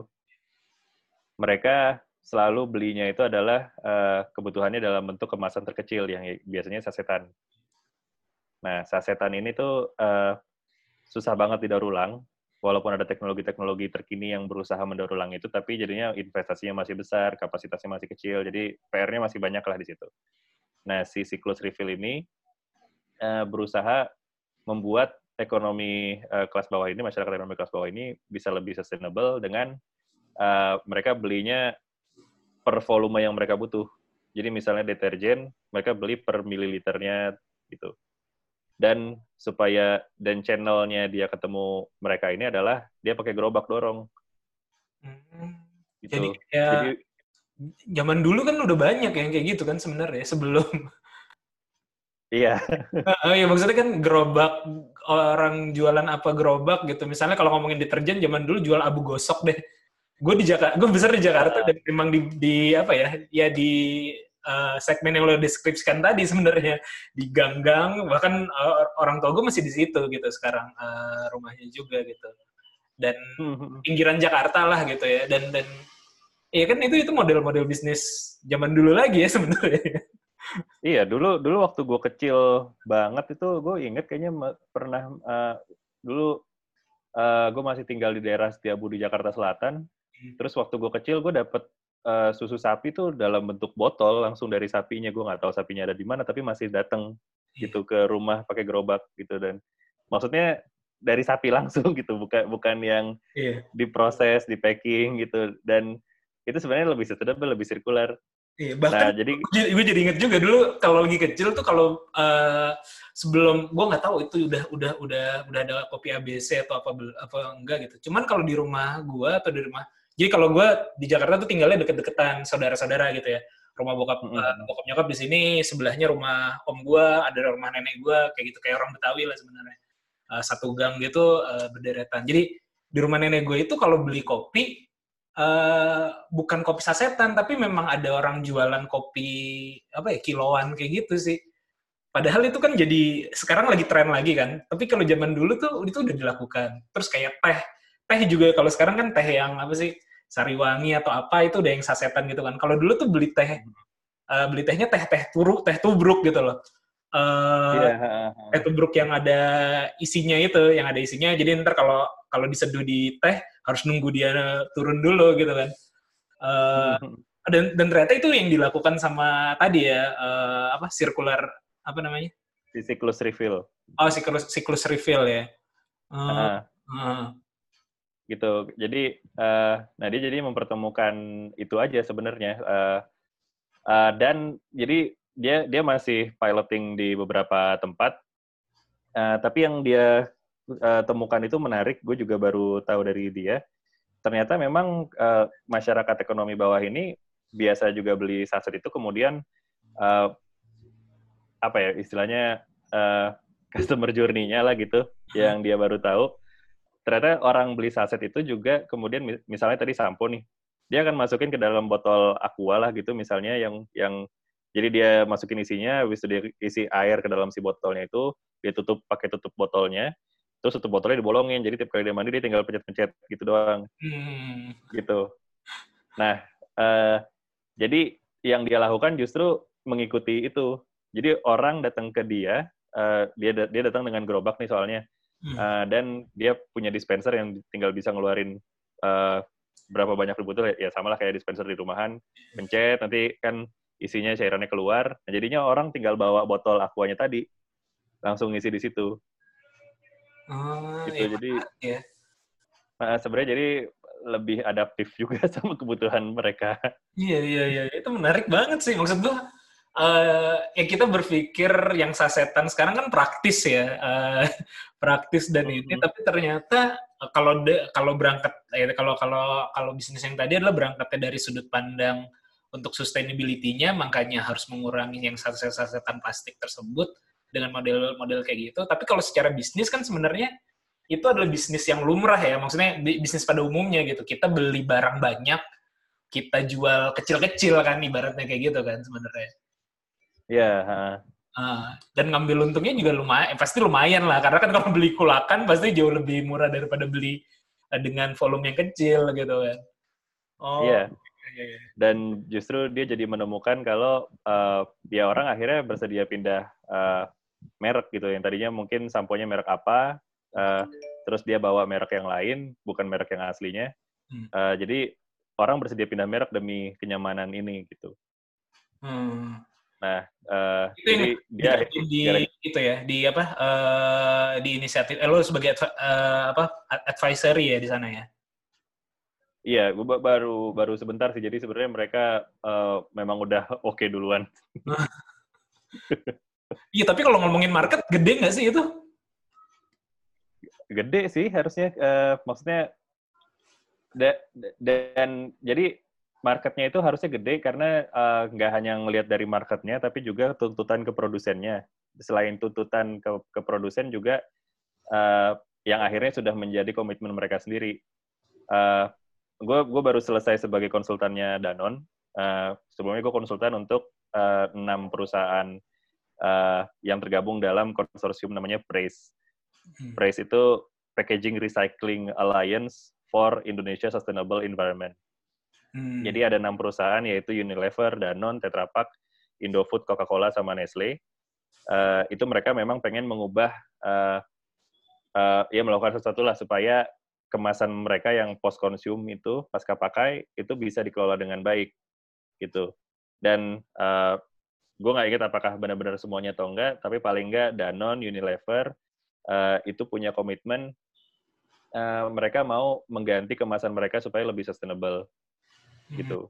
mereka selalu belinya itu adalah uh, kebutuhannya dalam bentuk kemasan terkecil yang biasanya sasetan. Nah, sasetan ini tuh uh, susah banget didaur ulang, walaupun ada teknologi-teknologi terkini yang berusaha mendaur ulang itu, tapi jadinya investasinya masih besar, kapasitasnya masih kecil, jadi P R-nya masih banyak lah di situ. Nah, si siklus refill ini uh, berusaha membuat ekonomi uh, kelas bawah ini, masyarakat ekonomi kelas bawah ini bisa lebih sustainable dengan uh, mereka belinya per volume yang mereka butuh. Jadi misalnya deterjen, mereka beli per mililiternya gitu. Dan supaya dan channelnya dia ketemu mereka ini adalah dia pakai gerobak dorong. Hmm. Gitu. Jadi kayak Jadi zaman dulu kan udah banyak yang kayak gitu kan sebenarnya sebelum. Iya. Oh iya, maksudnya kan gerobak, orang jualan apa gerobak gitu. Misalnya kalau ngomongin deterjen zaman dulu jual abu gosok deh. Gue di Jakarta, gue besar di Jakarta dan memang di, di apa ya, ya di uh, segmen yang lo deskripsikan tadi sebenarnya di gang-gang, bahkan uh, orang tua gue masih di situ gitu sekarang uh, rumahnya juga gitu. Dan pinggiran Jakarta lah gitu ya. Dan dan ya kan itu itu model-model bisnis zaman dulu lagi ya sebenarnya. Iya, dulu dulu waktu gue kecil banget itu gue inget kayaknya pernah uh, dulu uh, gue masih tinggal di daerah Setiabudi Jakarta Selatan. Terus waktu gue kecil gue dapet uh, susu sapi tuh dalam bentuk botol langsung dari sapinya. Gue nggak tahu sapinya ada di mana, tapi masih datang gitu ke rumah pakai gerobak gitu. Dan maksudnya dari sapi langsung gitu, bukan bukan yang yeah. diproses, di packing gitu. Dan itu sebenarnya lebih sustainable, lebih sirkular. Iya, bahkan nah, jadi gue jadi inget juga dulu kalau lagi kecil tuh kalau uh, sebelum gue nggak tahu itu udah udah udah udah ada kopi A B C atau apa apa enggak gitu. Cuman kalau di rumah gue atau di rumah, jadi kalau gue di Jakarta tuh tinggalnya deket-deketan saudara-saudara gitu ya. Rumah bokap mm-hmm. uh, bokap nyokap di sini, sebelahnya rumah om gue, ada rumah nenek gue, kayak gitu kayak orang Betawi lah sebenarnya. Uh, satu gang gitu uh, berderetan. Jadi di rumah nenek gue itu kalau beli kopi Uh, bukan kopi sasetan, tapi memang ada orang jualan kopi apa ya kiloan kayak gitu sih. Padahal itu kan jadi sekarang lagi tren lagi kan. Tapi kalau zaman dulu tuh itu udah dilakukan. Terus kayak teh, teh juga kalau sekarang kan teh yang apa sih Sariwangi atau apa itu udah yang sasetan gitu kan. Kalau dulu tuh beli teh, uh, beli tehnya teh teh turuk, teh tubruk gitu loh. Uh, yeah. Teh tubruk yang ada isinya itu, yang ada isinya. Jadi ntar kalau kalau diseduh di teh harus nunggu dia turun dulu gitu kan. Uh, dan, dan ternyata itu yang dilakukan sama tadi ya, uh, apa, circular, apa namanya? Siklus refill. Oh, siklus, siklus refill ya. Uh, uh. Uh. Gitu, jadi, uh, nah dia jadi mempertemukan itu aja sebenarnya. Uh, uh, dan jadi dia dia masih piloting di beberapa tempat, uh, tapi yang dia Uh, temukan itu menarik, gue juga baru tahu dari dia. Ternyata memang uh, masyarakat ekonomi bawah ini biasa juga beli saset itu, kemudian uh, apa ya istilahnya uh, customer journey-nya lah gitu, yang dia baru tahu. Ternyata orang beli saset itu juga kemudian misalnya tadi sampo nih, dia akan masukin ke dalam botol aqua lah gitu, misalnya yang yang jadi dia masukin isinya, habis itu dia isi air ke dalam si botolnya itu, dia tutup pakai tutup botolnya. Terus tutup botolnya dibolongin, jadi tiap kali dia mandi dia tinggal pencet-pencet gitu doang, hmm. gitu. Nah, uh, jadi yang dia lakukan justru mengikuti itu. Jadi orang datang ke dia, uh, dia dia datang dengan gerobak nih soalnya, hmm. uh, dan dia punya dispenser yang tinggal bisa ngeluarin uh, berapa banyak botol, ya sama lah kayak dispenser di rumahan, pencet nanti kan isinya cairannya keluar. Nah, jadinya orang tinggal bawa botol aquanya tadi, langsung ngisi di situ. Oh, gitu. Ya, jadi ya. Nah, sebenarnya jadi lebih adaptif juga sama kebutuhan mereka. Iya iya iya, itu menarik banget sih. Maksud gua uh, ya kita berpikir yang sasetan sekarang kan praktis ya, uh, praktis dan mm-hmm. ini, tapi ternyata kalau de, kalau berangkat ya kalau kalau kalau bisnis yang tadi adalah berangkatnya dari sudut pandang untuk sustainability-nya, makanya harus mengurangi yang saset-sasetan plastik tersebut dengan model-model kayak gitu. Tapi kalau secara bisnis kan sebenarnya itu adalah bisnis yang lumrah ya. Maksudnya bisnis pada umumnya gitu. Kita beli barang banyak, kita jual kecil-kecil kan ibaratnya kayak gitu kan sebenarnya. Iya. Yeah. Uh, dan ngambil untungnya juga lumayan, eh, pasti lumayan lah. Karena kan kalau beli kulakan pasti jauh lebih murah daripada beli uh, dengan volume yang kecil gitu kan. Oh. Iya. Yeah. Dan justru dia jadi menemukan kalau uh, dia orang akhirnya bersedia pindah uh, merek gitu, yang tadinya mungkin samponya merek apa, uh, terus dia bawa merek yang lain, bukan merek yang aslinya. Hmm. Uh, jadi orang bersedia pindah merek demi kenyamanan ini gitu. Hmm. Nah, uh, itu jadi dia di itu ya di apa uh, di inisiatif. Eh, lo sebagai adv- uh, apa advisory ya di sana ya? Iya, gue baru baru sebentar sih. Jadi sebenarnya mereka uh, memang udah oke okay duluan. Iya, tapi kalau ngomongin market gede nggak sih itu? Gede sih harusnya. Uh, maksudnya da, dan jadi marketnya itu harusnya gede karena uh, nggak hanya ngelihat dari marketnya, tapi juga tuntutan ke produsennya. Selain tuntutan ke, ke produsen juga uh, yang akhirnya sudah menjadi komitmen mereka sendiri. Uh, gue gue baru selesai sebagai konsultannya Danone. Uh, sebelumnya gue konsultan untuk uh, enam perusahaan uh, yang tergabung dalam konsorsium namanya PRACE. Hmm. PRACE itu Packaging Recycling Alliance for Indonesia Sustainable Environment. Hmm. Jadi ada enam perusahaan yaitu Unilever, Danone, Tetra Pak, Indofood, Coca-Cola, sama Nestle. Uh, itu mereka memang pengen mengubah uh, uh, ya melakukan sesuatu lah supaya kemasan mereka yang post consume itu pasca pakai itu bisa dikelola dengan baik gitu. Dan uh, gue nggak ingat apakah benar-benar semuanya atau enggak, tapi paling enggak Danone, Unilever uh, itu punya komitmen uh, mereka mau mengganti kemasan mereka supaya lebih sustainable gitu.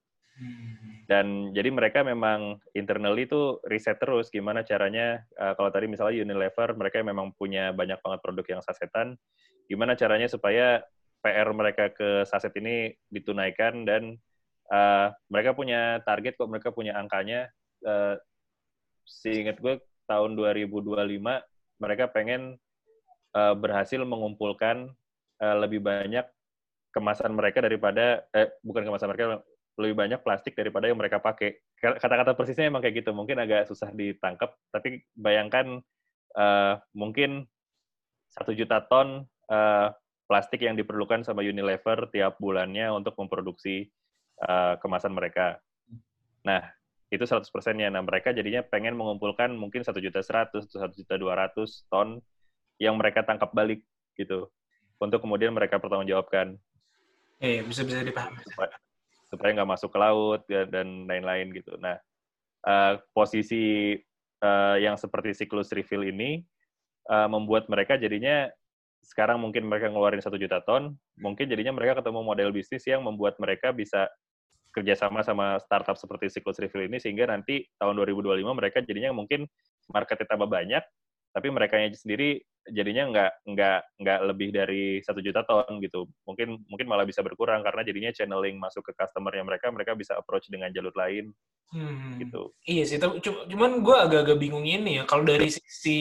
Dan jadi mereka memang internally itu riset terus gimana caranya, uh, kalau tadi misalnya Unilever, mereka memang punya banyak banget produk yang sasetan, gimana caranya supaya P R mereka ke saset ini ditunaikan, dan uh, mereka punya target kok, mereka punya angkanya. Uh, seingat gue tahun dua ribu dua puluh lima mereka pengen uh, berhasil mengumpulkan uh, lebih banyak kemasan mereka daripada, eh, bukan kemasan mereka, lebih banyak plastik daripada yang mereka pakai. Kata-kata persisnya emang kayak gitu, mungkin agak susah ditangkap, tapi bayangkan uh, mungkin satu juta ton uh, plastik yang diperlukan sama Unilever tiap bulannya untuk memproduksi uh, kemasan mereka. Nah, itu seratus persennya. Nah, mereka jadinya pengen mengumpulkan mungkin satu juta seratus atau satu juta dua ratus ton yang mereka tangkap balik gitu, untuk kemudian mereka pertanggungjawabkan. Iya, bisa-bisa dipahami. Supaya, supaya nggak masuk ke laut dan lain-lain gitu. Nah, uh, posisi uh, yang seperti siklus refill ini uh, membuat mereka jadinya sekarang mungkin mereka ngeluarin satu juta ton, mungkin jadinya mereka ketemu model bisnis yang membuat mereka bisa kerjasama sama startup seperti siklus refill ini, sehingga nanti tahun dua ribu dua puluh lima mereka jadinya mungkin marketnya tambah banyak, tapi mereka sendiri jadinya nggak nggak nggak lebih dari satu juta ton gitu. Mungkin mungkin malah bisa berkurang karena jadinya channeling masuk ke customer-nya mereka, mereka bisa approach dengan jalur lain hmm. gitu. Iya sih, cuman gue agak-agak bingung ini ya, kalau dari sisi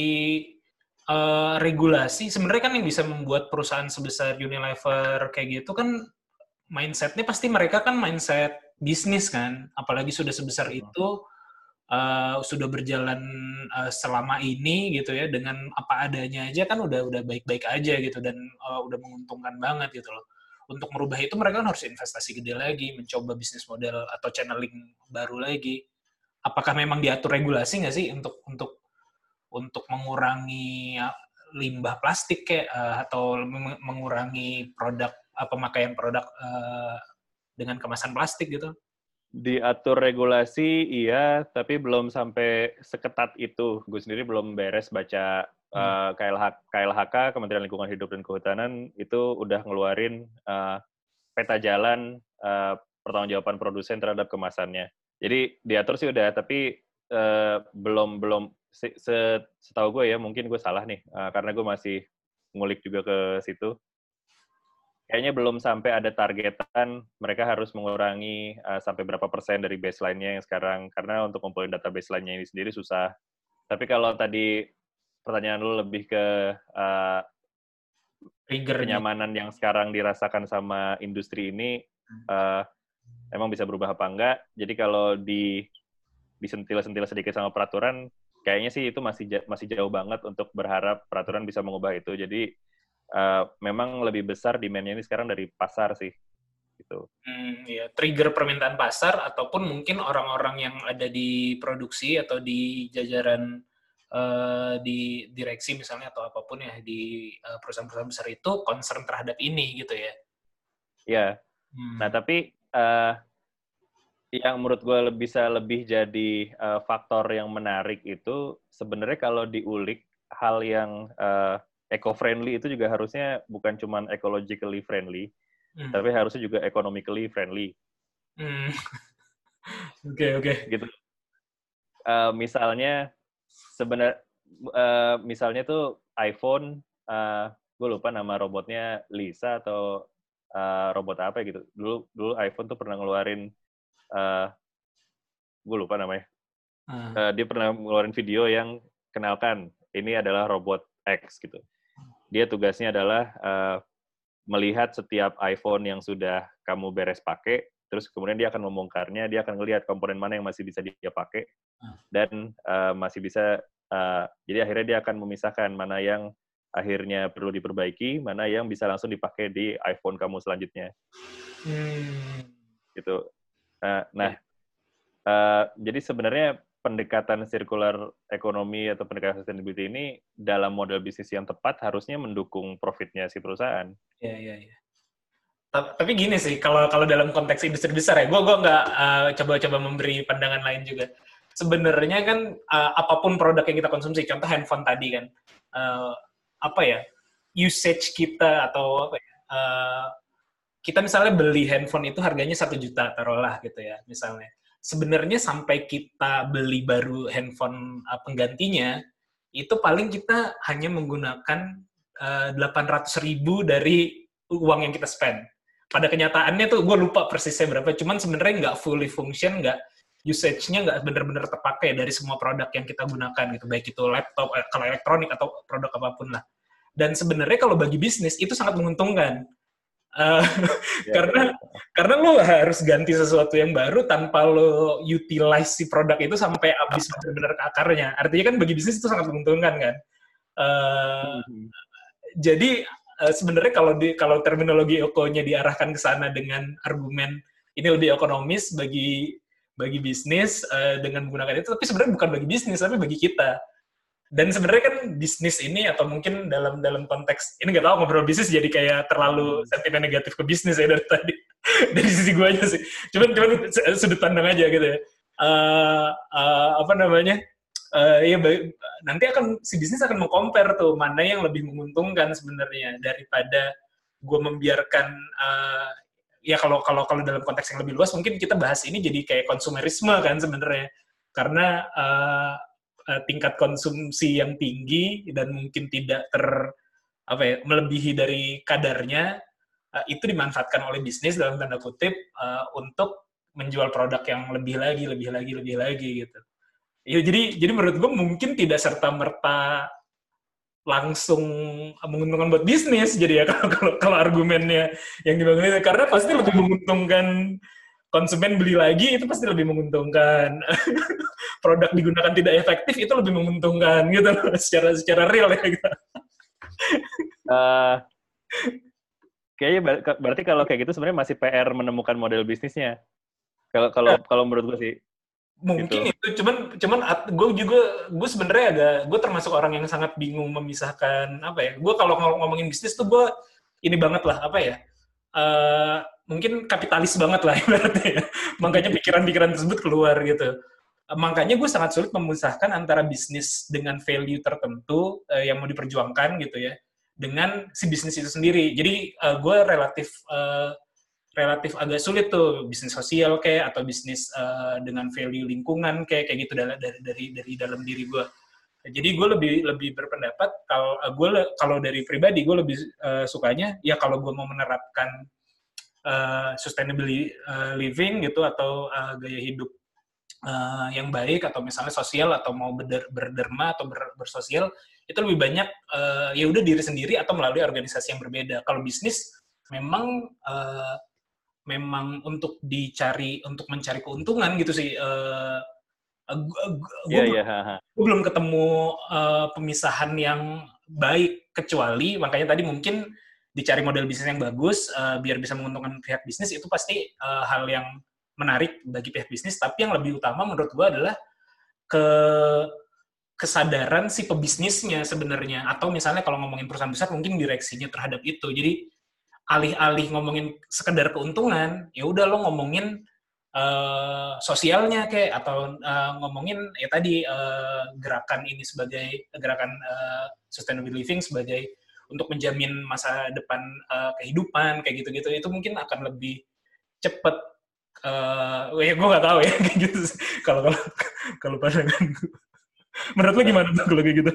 uh, regulasi, sebenarnya kan yang bisa membuat perusahaan sebesar Unilever kayak gitu kan mindset-nya pasti mereka kan mindset bisnis kan, apalagi sudah sebesar hmm. itu, uh, sudah berjalan uh, selama ini gitu ya, dengan apa adanya aja kan udah udah baik-baik aja gitu, dan uh, udah menguntungkan banget gitu loh. Untuk merubah itu mereka kan harus investasi gede lagi, mencoba bisnis model atau channeling baru lagi. Apakah memang diatur regulasi nggak sih untuk untuk untuk mengurangi limbah plastik kayak uh, atau mengurangi produk uh, pemakaian produk uh, dengan kemasan plastik gitu? Diatur regulasi iya, tapi belum sampai seketat itu. Gue sendiri belum beres baca uh, K L H, K L H K, Kementerian Lingkungan Hidup dan Kehutanan, itu udah ngeluarin uh, peta jalan uh, pertanggungjawaban produsen terhadap kemasannya. Jadi diatur sih udah, tapi uh, belum belum se, se, setahu gue ya, mungkin gue salah nih, uh, karena gue masih ngulik juga ke situ. Kayaknya belum sampai ada targetan mereka harus mengurangi uh, sampai berapa persen dari baseline-nya yang sekarang, karena untuk ngumpulin data baseline-nya ini sendiri susah. Tapi kalau tadi pertanyaan lu lebih ke uh, kenyamanan yang sekarang dirasakan sama industri ini, uh, emang bisa berubah apa enggak? Jadi kalau di disentil-sentil sedikit sama peraturan, kayaknya sih itu masih masih jauh banget untuk berharap peraturan bisa mengubah itu. Jadi Uh, memang lebih besar demand-nya ini sekarang dari pasar sih, gitu. Hmm, ya, trigger permintaan pasar ataupun mungkin orang-orang yang ada di produksi atau di jajaran uh, di direksi misalnya atau apapun ya di uh, perusahaan-perusahaan besar itu concern terhadap ini gitu ya. Ya. Hmm. Nah tapi uh, yang menurut gue bisa lebih jadi uh, faktor yang menarik itu sebenarnya kalau diulik hal yang uh, eco-friendly itu juga harusnya bukan cuma ecologically friendly, hmm. tapi harusnya juga economically friendly. Oke hmm. oke. Okay, okay. Gitu. Uh, misalnya sebenarnya uh, misalnya tuh iPhone, uh, gue lupa nama robotnya Lisa atau uh, robot apa gitu. Dulu dulu iPhone tuh pernah ngeluarin Uh, gue lupa namanya. Uh. Uh, dia pernah ngeluarin video yang kenalkan ini adalah robot X gitu. Dia tugasnya adalah uh, melihat setiap iPhone yang sudah kamu beres pakai, terus kemudian dia akan membongkarnya, dia akan ngelihat komponen mana yang masih bisa dia pakai uh. dan uh, masih bisa. Uh, jadi akhirnya dia akan memisahkan mana yang akhirnya perlu diperbaiki, mana yang bisa langsung dipakai di iPhone kamu selanjutnya. Hmm. Gitu. Nah, nah uh, jadi sebenarnya pendekatan circular economy atau pendekatan sustainability ini dalam model bisnis yang tepat harusnya mendukung profitnya si perusahaan. Iya, iya, iya. Tapi gini sih, kalau kalau dalam konteks industri besar ya, gue gue nggak uh, coba-coba memberi pandangan lain juga. Sebenarnya kan uh, apapun produk yang kita konsumsi, contoh handphone tadi kan, uh, apa ya, usage kita atau apa ya, uh, kita misalnya beli handphone itu harganya satu juta, taruhlah gitu ya, misalnya. Sebenarnya sampai kita beli baru handphone uh, penggantinya, itu paling kita hanya menggunakan uh, delapan ratus ribu dari uang yang kita spend. Pada kenyataannya tuh, gue lupa persisnya berapa, cuman sebenarnya nggak fully function, nggak usage-nya nggak benar-benar terpakai dari semua produk yang kita gunakan, gitu. Baik itu laptop, kalau elektronik, atau produk apapun lah. Dan sebenarnya kalau bagi bisnis, itu sangat menguntungkan. Uh, ya, karena ya. karena lo harus ganti sesuatu yang baru tanpa lo utilize si produk itu sampai habis benar-benar ke akarnya. Artinya kan bagi bisnis itu sangat menguntungkan kan. Uh, mm-hmm. Jadi uh, sebenarnya kalau di kalau terminologi eco-nya diarahkan ke sana dengan argumen ini lebih ekonomis bagi bagi bisnis uh, dengan menggunakan itu, tapi sebenarnya bukan bagi bisnis tapi bagi kita. Dan sebenarnya kan bisnis ini atau mungkin dalam dalam konteks ini nggak tahu ngobrol bisnis jadi kayak terlalu sentimen negatif ke bisnis ya dari tadi dari sisi gue aja sih. Cuman cuman sudut pandang aja gitu ya. Uh, uh, apa namanya? Uh, ya nanti akan si bisnis akan mengcompare tuh mana yang lebih menguntungkan sebenarnya daripada gue membiarkan uh, ya kalau kalau kalau dalam konteks yang lebih luas mungkin kita bahas ini jadi kayak konsumerisme kan sebenarnya karena uh, tingkat konsumsi yang tinggi dan mungkin tidak ter apa ya melebihi dari kadarnya uh, itu dimanfaatkan oleh bisnis dalam tanda kutip uh, untuk menjual produk yang lebih lagi lebih lagi lebih lagi gitu. Ya jadi jadi menurut gue mungkin tidak serta merta langsung menguntungkan buat bisnis jadi ya kalau kalau, kalau argumennya yang dibangun itu karena pasti lebih menguntungkan konsumen beli lagi itu pasti lebih menguntungkan. Produk digunakan tidak efektif itu lebih menguntungkan gitu loh, secara secara real ya gitu. Uh, kayaknya ber- berarti kalau kayak gitu sebenarnya masih P R menemukan model bisnisnya. Kalau kalau nah, kalau menurut gue sih mungkin gitu. itu cuman cuman gue juga gue sebenarnya agak gue termasuk orang yang sangat bingung memisahkan apa ya. Gue kalau ngomongin bisnis tuh gue ini banget lah apa ya. Uh, mungkin kapitalis banget lah ibaratnya ya. Makanya pikiran-pikiran tersebut keluar gitu. Makanya gue sangat sulit memisahkan antara bisnis dengan value tertentu uh, yang mau diperjuangkan gitu ya dengan si bisnis itu sendiri. Jadi uh, gue relatif uh, relatif agak sulit tuh bisnis sosial kayak atau bisnis uh, dengan value lingkungan kayak kayak gitu dari dari dari, dari dalam diri gue. Jadi gue lebih lebih berpendapat kalau uh, gue kalau dari pribadi gue lebih uh, sukanya ya kalau gue mau menerapkan uh, sustainable uh, living gitu atau uh, gaya hidup Uh, yang baik atau misalnya sosial atau mau berder- berderma atau ber- bersosial itu lebih banyak uh, ya udah diri sendiri atau melalui organisasi yang berbeda. Kalau bisnis memang uh, memang untuk dicari untuk mencari keuntungan gitu sih. Uh, gue yeah, yeah. belum ketemu uh, pemisahan yang baik kecuali makanya tadi mungkin dicari model bisnis yang bagus uh, biar bisa menguntungkan pihak bisnis itu pasti uh, hal yang menarik bagi pihak bisnis, tapi yang lebih utama menurut gue adalah ke kesadaran si pebisnisnya sebenarnya, atau misalnya kalau ngomongin perusahaan besar mungkin direksinya terhadap itu. Jadi alih-alih ngomongin sekedar keuntungan, ya udah lo ngomongin uh, sosialnya kayak, atau uh, ngomongin ya tadi uh, gerakan ini sebagai gerakan uh, sustainable living sebagai untuk menjamin masa depan uh, kehidupan kayak gitu-gitu, itu mungkin akan lebih cepet. Uh, ya gue nggak tahu ya kayak gitu kalau kalau kalau pandangan gue. Menurut lo gimana tuh kalau kayak gitu?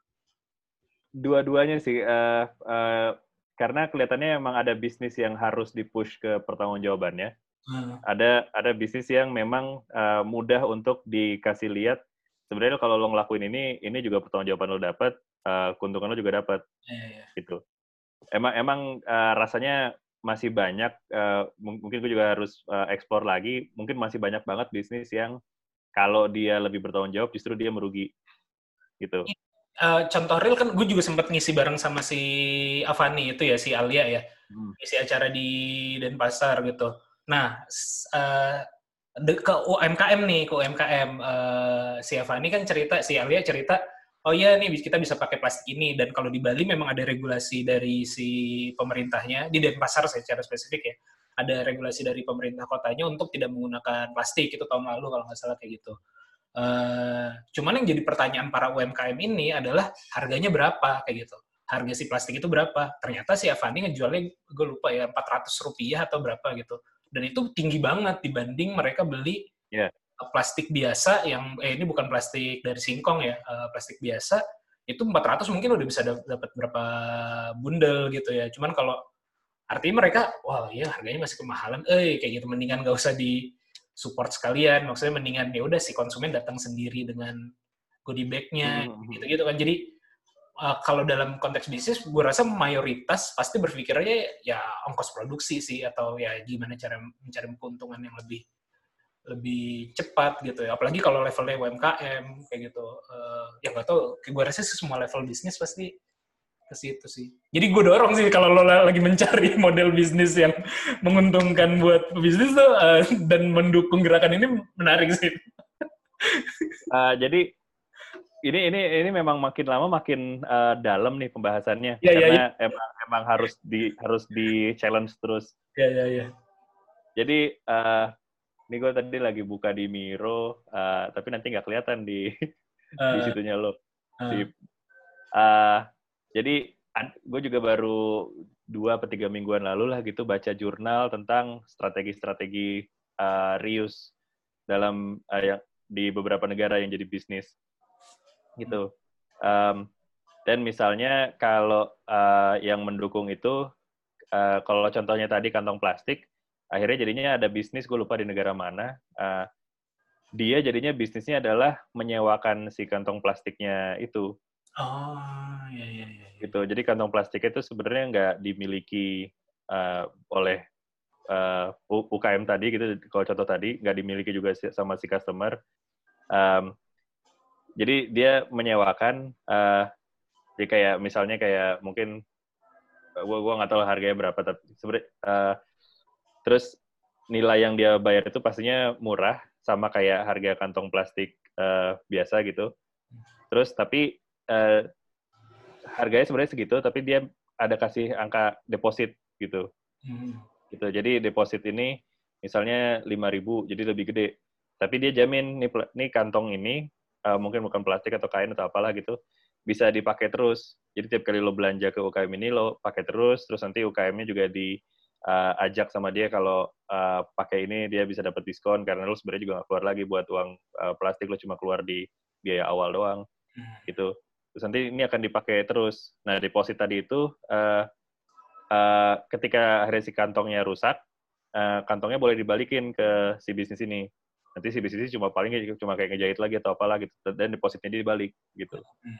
Dua-duanya sih, uh, uh, karena kelihatannya emang ada bisnis yang harus dipush ke pertanggungjawabannya. Hmm. Ada ada bisnis yang memang uh, mudah untuk dikasih lihat. Sebenarnya kalau lo ngelakuin ini, ini juga pertanggungjawaban lo dapat, uh, keuntungan lo juga dapat, yeah, yeah. gitu. Emang emang uh, rasanya masih banyak. Uh, mungkin gue juga harus uh, explore lagi. Mungkin masih banyak banget bisnis yang kalau dia lebih bertanggung jawab, justru dia merugi, gitu. Uh, contoh real kan, gue juga sempat ngisi bareng sama si Avani itu ya, si Alia ya, hmm. isi acara di Denpasar gitu. Nah, uh, ke U M K M nih, ke U M K M, uh, si Avani kan cerita, si Alia cerita, oh iya nih kita bisa pakai plastik ini, dan kalau di Bali memang ada regulasi dari si pemerintahnya, di Denpasar secara spesifik ya, ada regulasi dari pemerintah kotanya untuk tidak menggunakan plastik, itu tahun lalu kalau nggak salah kayak gitu. Uh, cuman yang jadi pertanyaan para U M K M ini adalah harganya berapa kayak gitu. Harga si plastik itu berapa? Ternyata si Avani ngejualnya, gue lupa ya, empat ratus rupiah atau berapa gitu. Dan itu tinggi banget dibanding mereka beli yeah. plastik biasa yang, eh ini bukan plastik dari singkong ya, uh, plastik biasa, itu empat ratus mungkin udah bisa dapat berapa bundel gitu ya. Cuman kalau artinya mereka, wah iya harganya masih kemahalan, eh kayak gitu, mendingan gak usah di support sekalian, maksudnya mendingan ya udah si konsumen datang sendiri dengan goodie bag-nya, hmm. gitu-gitu kan. Jadi uh, kalau dalam konteks bisnis, gue rasa mayoritas pasti berpikirnya ya ongkos produksi sih, atau ya gimana cara mencari keuntungan yang lebih lebih cepat gitu ya. Apalagi kalau levelnya U M K M kayak gitu, uh, ya nggak tahu, gue rasa sih semua level bisnis pasti ke situ sih. Jadi gue dorong sih kalau lo lagi mencari model bisnis yang menguntungkan buat bisnis tuh uh, dan mendukung gerakan ini, menarik sih. Uh, jadi ini ini ini memang makin lama makin uh, dalam nih pembahasannya, ya, karena ya, ya. emang emang harus di harus di challenge terus. Ya ya ya. Jadi uh, ini gue tadi lagi buka di Miro, uh, tapi nanti nggak kelihatan di uh, di situnya lo. Uh. Di, uh, Jadi, gue juga baru dua atau tiga mingguan lalu lah gitu baca jurnal tentang strategi-strategi uh, reuse dalam uh, yang di beberapa negara yang jadi bisnis gitu. Um, dan misalnya kalau uh, yang mendukung itu, uh, kalau contohnya tadi kantong plastik, akhirnya jadinya ada bisnis, gue lupa di negara mana, uh, dia jadinya bisnisnya adalah menyewakan si kantong plastiknya itu. Oh, ya, ya, ya. Gitu. Jadi kantong plastik itu sebenarnya nggak dimiliki uh, oleh uh, U K M tadi, gitu. Kalau contoh tadi, nggak dimiliki juga sama si customer. Um, jadi dia menyewakan, uh, jadi kayak misalnya kayak mungkin, gua gua nggak tahu harganya berapa, tapi sebenarnya, uh, terus nilai yang dia bayar itu pastinya murah, sama kayak harga kantong plastik uh, biasa gitu. Terus tapi Uh, harganya sebenarnya segitu, tapi dia ada kasih angka deposit gitu. Hmm. Gitu. Jadi deposit ini misalnya lima ribu, jadi lebih gede. Tapi dia jamin nih, nih kantong ini uh, mungkin bukan plastik atau kain atau apalah gitu, bisa dipakai terus. Jadi tiap kali lo belanja ke U K M ini lo pakai terus, terus nanti U K M-nya juga diajak uh, sama dia kalau uh, pakai ini dia bisa dapat diskon, karena lo sebenarnya juga nggak keluar lagi buat uang uh, plastik, lo cuma keluar di biaya awal doang. Hmm. Gitu. Terus nanti ini akan dipakai terus. Nah, deposit tadi itu, uh, uh, ketika akhirnya si kantongnya rusak, uh, kantongnya boleh dibalikin ke si bisnis ini. Nanti si bisnis ini cuma paling cuma kayak ngejahit lagi atau apalah gitu, dan depositnya dia dibalik gitu.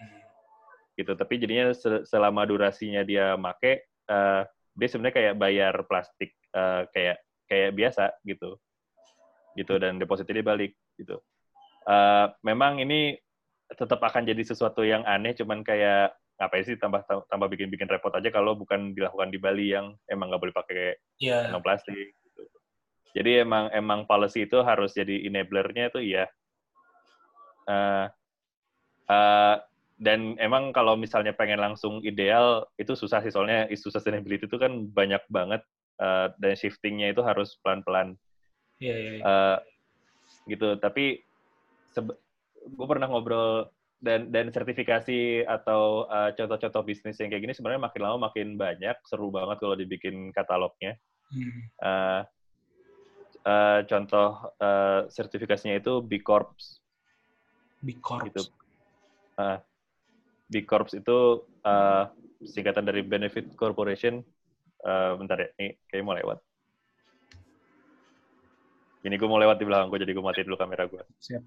Gitu. Tapi jadinya selama durasinya dia make, uh, dia sebenarnya kayak bayar plastik uh, kayak kayak biasa gitu. Gitu, dan depositnya dibalik gitu. Uh, memang ini tetap akan jadi sesuatu yang aneh, cuman kayak ngapain sih tambah tambah bikin-bikin repot aja kalau bukan dilakukan di Bali yang emang nggak boleh pakai yeah. kantong plastik. Gitu. Jadi emang emang policy itu harus jadi enabler-nya itu ya. Uh, Uh, dan emang kalau misalnya pengen langsung ideal, itu susah sih, soalnya isu sustainability itu kan banyak banget, uh, dan shiftingnya itu harus pelan-pelan. Iya, iya, iya. Uh, gitu, tapi sebe- gue pernah ngobrol, dan dan sertifikasi atau uh, contoh-contoh bisnis yang kayak gini sebenarnya makin lama makin banyak, seru banget kalau dibikin katalognya. Hmm. Uh, uh, contoh uh, sertifikasinya itu B Corp. B Corp. Gitu. Uh, B Corp itu uh, singkatan dari Benefit Corporation. Uh, bentar ya, ini kayaknya mau lewat. Ini gue mau lewat di belakang gue, jadi gue matiin dulu kamera gue. Siap.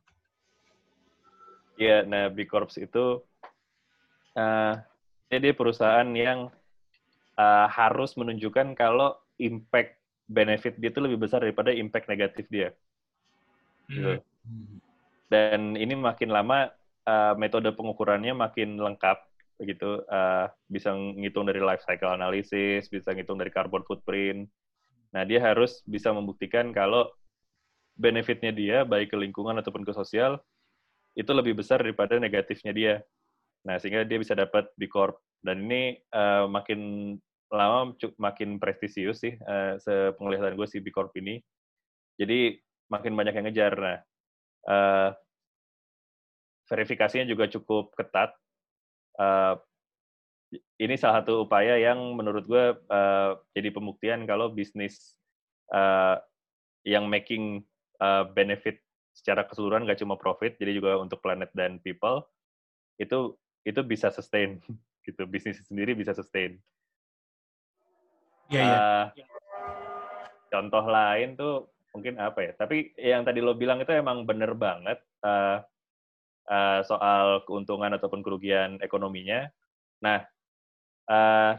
Iya, nah B Corp itu uh, dia perusahaan yang uh, harus menunjukkan kalau impact benefit dia itu lebih besar daripada impact negatif dia. Gitu. Hmm. Dan ini makin lama uh, metode pengukurannya makin lengkap, begitu. Uh, bisa ngitung dari life cycle analysis, bisa ngitung dari carbon footprint. Nah, dia harus bisa membuktikan kalau benefitnya dia, baik ke lingkungan ataupun ke sosial, itu lebih besar daripada negatifnya dia. Nah, sehingga dia bisa dapat B Corp. Dan ini uh, makin lama makin prestisius sih, uh, sepenglihatan gue si B Corp ini. Jadi makin banyak yang ngejar. Nah, uh, verifikasinya juga cukup ketat. Uh, ini salah satu upaya yang menurut gue uh, jadi pembuktian kalau bisnis uh, yang making uh, benefit secara keseluruhan, nggak cuma profit, jadi juga untuk planet dan people, itu itu bisa sustain, gitu. Bisnis sendiri bisa sustain. Iya, iya. Uh, contoh lain tuh mungkin apa ya? Tapi yang tadi lo bilang itu emang bener banget, uh, uh, soal keuntungan ataupun kerugian ekonominya. Nah, uh,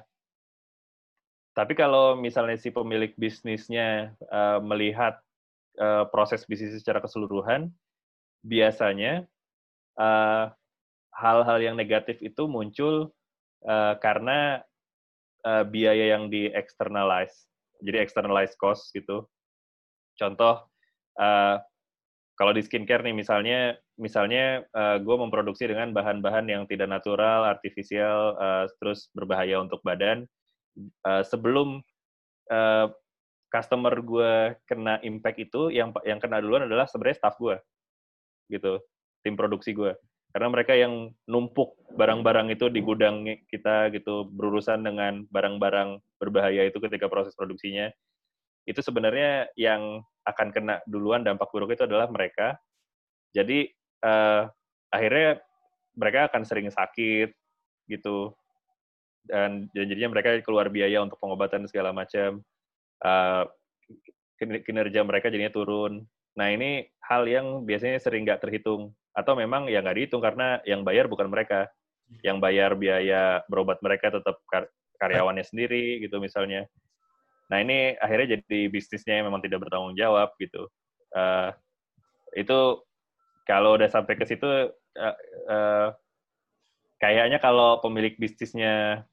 tapi kalau misalnya si pemilik bisnisnya uh, melihat uh, proses bisnis secara keseluruhan, biasanya uh, hal-hal yang negatif itu muncul uh, karena uh, biaya yang di-externalize. Jadi externalize cost gitu. Contoh, uh, kalau di skincare nih misalnya, misalnya uh, gue memproduksi dengan bahan-bahan yang tidak natural, artifisial, uh, terus berbahaya untuk badan. Uh, sebelum uh, customer gue kena impact itu, yang yang kena duluan adalah sebenarnya staff gue, gitu, tim produksi gue. Karena mereka yang numpuk barang-barang itu di gudang kita, gitu, berurusan dengan barang-barang berbahaya itu ketika proses produksinya. Itu sebenarnya yang akan kena duluan dampak buruk itu adalah mereka. Jadi uh, akhirnya mereka akan sering sakit, gitu. Dan, dan jadinya mereka keluar biaya untuk pengobatan segala macam. Uh, kinerja mereka jadinya turun. Nah, ini hal yang biasanya sering nggak terhitung. Atau memang ya nggak dihitung karena yang bayar bukan mereka. Yang bayar biaya berobat mereka tetap kar- karyawannya sendiri, gitu misalnya. Nah, ini akhirnya jadi bisnisnya yang memang tidak bertanggung jawab, gitu. Uh, itu kalau udah sampai ke situ, uh, uh, kayaknya kalau pemilik bisnisnya,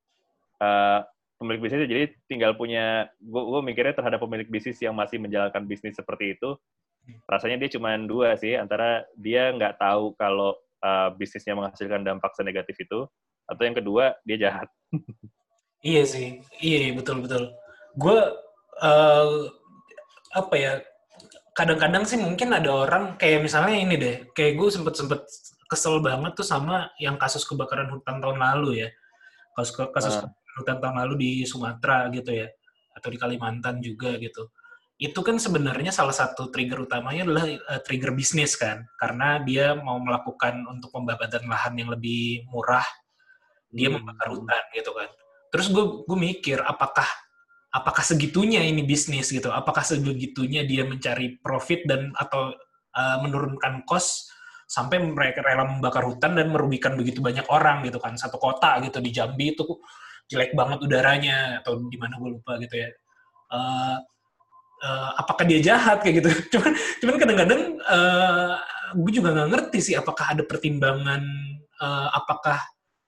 uh, pemilik bisnis jadi tinggal punya, gue mikirnya terhadap pemilik bisnis yang masih menjalankan bisnis seperti itu, rasanya dia cuma dua sih, antara dia nggak tahu kalau uh, bisnisnya menghasilkan dampak senegatif itu, atau yang kedua, dia jahat. Iya sih, iya betul-betul. Gue, uh, apa ya, kadang-kadang sih mungkin ada orang, kayak misalnya ini deh, kayak gue sempet-sempet kesel banget tuh sama yang kasus kebakaran hutan tahun lalu ya. Kasus, kasus uh. hutan tahun lalu di Sumatera gitu ya, atau di Kalimantan juga gitu. Itu kan sebenarnya salah satu trigger utamanya adalah uh, trigger bisnis kan, karena dia mau melakukan untuk pembakaran lahan yang lebih murah, dia hmm. membakar hutan gitu kan. Terus gue gue mikir apakah apakah segitunya ini bisnis gitu, apakah sebegitunya dia mencari profit dan atau uh, menurunkan cost sampai mereka rela membakar hutan dan merugikan begitu banyak orang gitu kan, satu kota gitu di Jambi itu jelek banget udaranya atau di mana gue lupa gitu ya. Uh, Uh, apakah dia jahat kayak gitu? Cuman, cuman kadang-kadang uh, gue juga nggak ngerti sih apakah ada pertimbangan, uh, apakah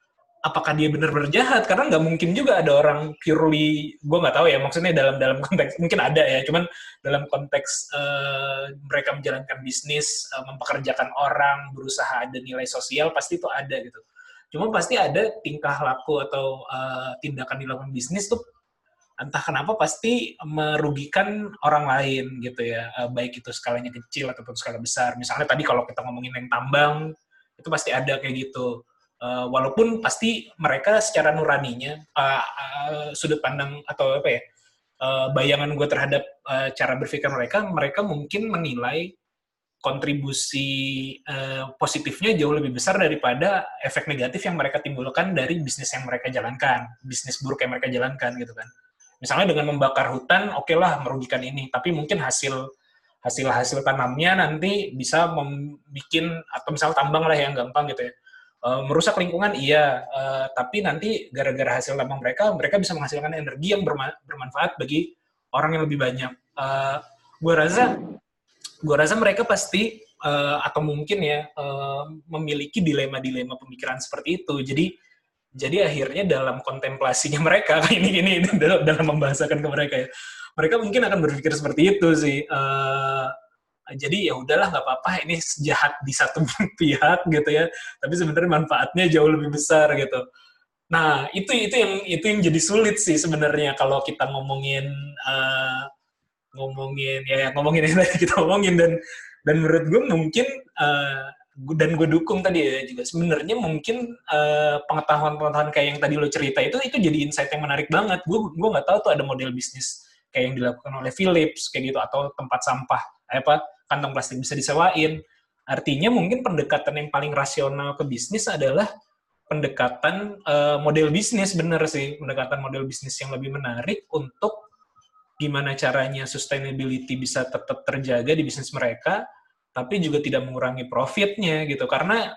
apakah dia benar-benar jahat? Karena nggak mungkin juga ada orang purely, gue nggak tahu ya, maksudnya dalam dalam konteks, mungkin ada ya, cuman dalam konteks uh, mereka menjalankan bisnis, uh, mempekerjakan orang, berusaha ada nilai sosial, pasti itu ada gitu. Cuma pasti ada tingkah laku atau uh, tindakan di dalam bisnis tuh, entah kenapa pasti merugikan orang lain gitu ya, uh, baik itu skalanya kecil ataupun skala besar. Misalnya tadi kalau kita ngomongin yang tambang, itu pasti ada kayak gitu. Uh, walaupun pasti mereka secara nuraninya uh, uh, sudut pandang atau apa ya uh, bayangan gue terhadap uh, cara berpikir mereka, mereka mungkin menilai kontribusi uh, positifnya jauh lebih besar daripada efek negatif yang mereka timbulkan dari bisnis yang mereka jalankan, bisnis buruk yang mereka jalankan gitu kan. Misalnya dengan membakar hutan, oke okay lah merugikan ini, tapi mungkin hasil hasil hasil tanamnya nanti bisa membuat atau misalnya tambang lah yang gampang gitu ya. Uh, merusak lingkungan iya, uh, tapi nanti gara-gara hasil tambang mereka, mereka bisa menghasilkan energi yang berma- bermanfaat bagi orang yang lebih banyak. Uh, gue rasa, gue rasa mereka pasti uh, atau mungkin ya uh, memiliki dilema-dilema pemikiran seperti itu. Jadi, jadi akhirnya dalam kontemplasinya mereka, ini ini dalam, dalam membahasakan ke mereka ya, mereka mungkin akan berpikir seperti itu sih. Uh, Jadi ya udahlah nggak apa-apa, ini jahat di satu pihak gitu ya, tapi sebenarnya manfaatnya jauh lebih besar gitu. Nah itu itu yang itu yang jadi sulit sih sebenarnya kalau kita ngomongin uh, ngomongin ya ngomongin yang tadi kita ngomongin dan dan menurut gue mungkin uh, dan gue dukung tadi ya juga sebenarnya mungkin uh, pengetahuan-pengetahuan kayak yang tadi lo cerita itu itu jadi insight yang menarik banget. Gue gue nggak tahu tuh ada model bisnis kayak yang dilakukan oleh Philips kayak gitu atau tempat sampah apa kantong plastik bisa disewain. Artinya mungkin pendekatan yang paling rasional ke bisnis adalah pendekatan uh, model bisnis, bener sih, pendekatan model bisnis yang lebih menarik untuk gimana caranya sustainability bisa tetap terjaga di bisnis mereka, tapi juga tidak mengurangi profitnya gitu. Karena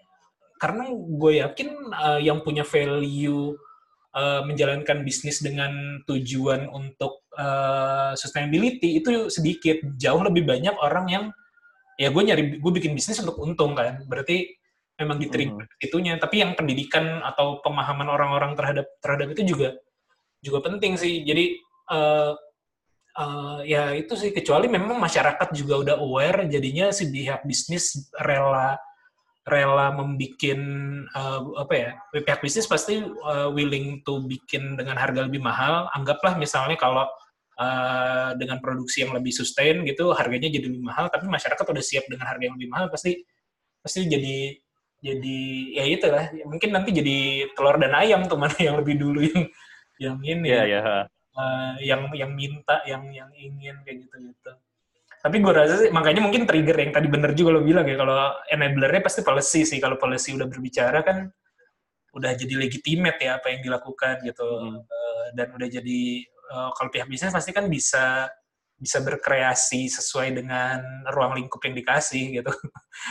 karena gue yakin uh, yang punya value uh, menjalankan bisnis dengan tujuan untuk uh, sustainability itu sedikit, jauh lebih banyak orang yang ya gue nyari gue bikin bisnis untuk untung kan, berarti memang diterima mm-hmm. itunya. Tapi yang pendidikan atau pemahaman orang-orang terhadap terhadap itu juga juga penting sih. Jadi uh, uh, ya itu sih, kecuali memang masyarakat juga udah aware, jadinya si pihak bisnis rela rela membikin uh, apa ya, pihak bisnis pasti uh, willing to bikin dengan harga lebih mahal. Anggaplah misalnya kalau uh, dengan produksi yang lebih sustain gitu harganya jadi lebih mahal, tapi masyarakat udah siap dengan harga yang lebih mahal, pasti pasti jadi jadi ya itulah, mungkin nanti jadi telur dan ayam tuh, mana yang lebih dulu yang yang ini yeah, yeah. Uh, yang yang minta yang yang ingin kayak gitu gitu. Tapi gue rasa sih, makanya mungkin trigger yang tadi bener juga lo bilang ya, kalau enabler-nya pasti policy sih. Kalau policy udah berbicara kan, udah jadi legitimate ya apa yang dilakukan gitu. Hmm. Uh, dan udah jadi, uh, kalau pihak bisnis pasti kan bisa bisa berkreasi sesuai dengan ruang lingkup yang dikasih gitu.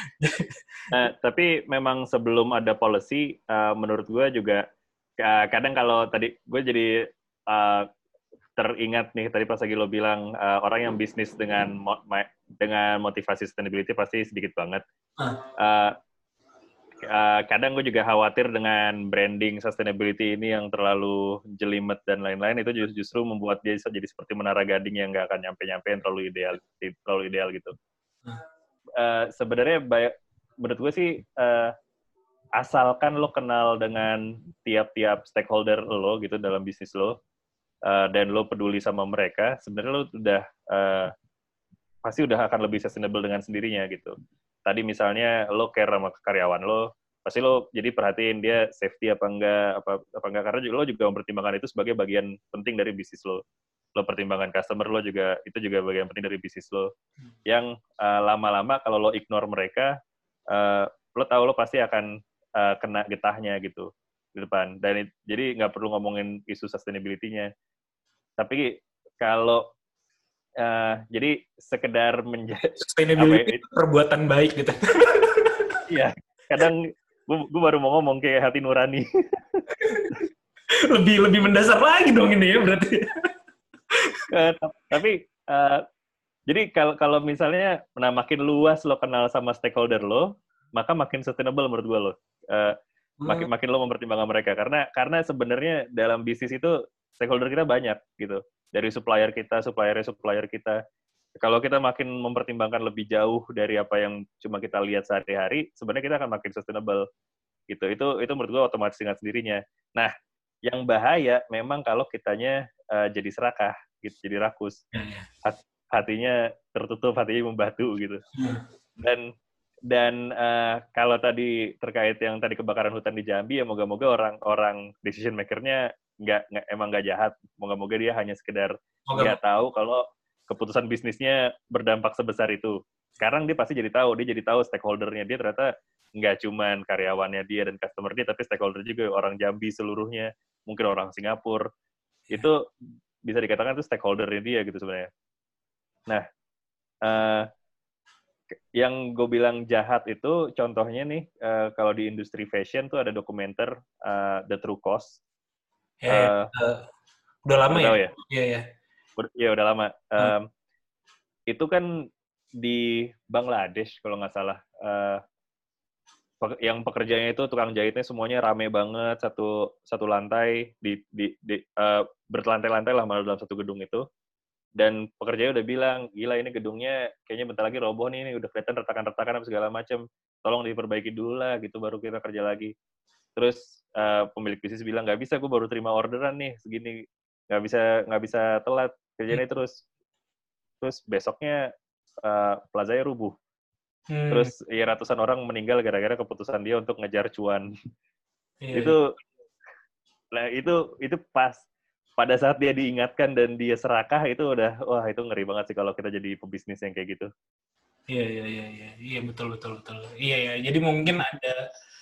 Nah, tapi memang sebelum ada policy, uh, menurut gue juga, uh, kadang kalau tadi gue jadi... Uh, teringat nih tadi pas lagi lo bilang uh, orang yang bisnis dengan mo- dengan motivasi sustainability pasti sedikit banget. Uh. Uh, uh, kadang gue juga khawatir dengan branding sustainability ini yang terlalu jelimet dan lain-lain, itu justru membuat dia jadi seperti menara gading yang nggak akan nyampe-nyampe, yang terlalu ideal, terlalu ideal gitu. Uh, sebenarnya banyak, menurut gue sih uh, asalkan lo kenal dengan tiap-tiap stakeholder lo gitu dalam bisnis lo. Uh, dan lo peduli sama mereka, sebenarnya lo udah uh, pasti udah akan lebih sustainable dengan sendirinya gitu. Tadi misalnya lo care sama karyawan lo, pasti lo jadi perhatiin dia safety apa enggak, apa apa enggak, karena lo juga mempertimbangkan itu sebagai bagian penting dari bisnis lo. Lo pertimbangkan customer lo juga, itu juga bagian penting dari bisnis lo. Yang uh, lama-lama kalau lo ignore mereka, uh, lo tahu lo pasti akan uh, kena getahnya gitu di depan. Dan it, jadi nggak perlu ngomongin isu sustainability-nya. Tapi kalau uh, jadi sekedar menjadi sustainability ya, perbuatan baik gitu. Iya, kadang gue baru mau ngomong kayak hati nurani. lebih lebih mendasar lagi dong ini ya berarti. uh, tapi uh, jadi kalau kalau misalnya nah makin luas lo kenal sama stakeholder lo, maka makin sustainable menurut gue lo. Uh, makin makin lo mempertimbangkan mereka karena karena sebenarnya dalam bisnis itu stakeholder kita banyak gitu. Dari supplier kita, suppliernya supplier kita. Kalau kita makin mempertimbangkan lebih jauh dari apa yang cuma kita lihat sehari-hari, sebenarnya kita akan makin sustainable gitu. Itu itu menurut gue otomatis dengan sendirinya. Nah, yang bahaya memang kalau kitanya uh, jadi serakah, gitu, jadi rakus, Hat, hatinya tertutup, hatinya membatu gitu. Dan dan uh, kalau tadi terkait yang tadi kebakaran hutan di Jambi, ya moga-moga orang-orang decision maker-nya nggak nggak emang nggak jahat, moga-moga dia hanya sekedar nggak tahu kalau keputusan bisnisnya berdampak sebesar itu. Sekarang dia pasti jadi tahu, dia jadi tahu stakeholder-nya dia ternyata nggak cuman karyawannya dia dan customer dia, tapi stakeholder juga orang Jambi seluruhnya, mungkin orang Singapura. Itu bisa dikatakan itu stakeholder-nya dia gitu sebenarnya. Nah, uh, yang gue bilang jahat itu contohnya nih, uh, kalau di industri fashion tuh ada dokumenter uh, The True Cost. Ya, uh, ya. Uh, udah lama ya? ya? Iya, ya. Iya, udah lama. Um, hmm. Itu kan di Bangladesh, kalau nggak salah. Uh, yang pekerjaannya itu tukang jahitnya semuanya rame banget, satu satu lantai, di, di, di uh, berlantai-lantai lah malah dalam satu gedung itu. Dan pekerjanya udah bilang, gila ini gedungnya kayaknya bentar lagi roboh nih, ini udah kelihatan retakan-retakan apa segala macam. Tolong diperbaiki dulu lah, gitu baru kita kerja lagi. Terus uh, pemilik bisnis bilang, nggak bisa, gue baru terima orderan nih, segini. Nggak bisa nggak bisa telat, kerjanya hmm. terus. Terus besoknya uh, plazanya rubuh. Hmm. Terus ya ratusan orang meninggal gara-gara keputusan dia untuk ngejar cuan. Yeah. Itu, nah itu itu pas pada saat dia diingatkan dan dia serakah itu udah wah itu ngeri banget sih kalau kita jadi pebisnis yang kayak gitu. Iya iya iya iya iya betul betul betul. Iya ya jadi mungkin ada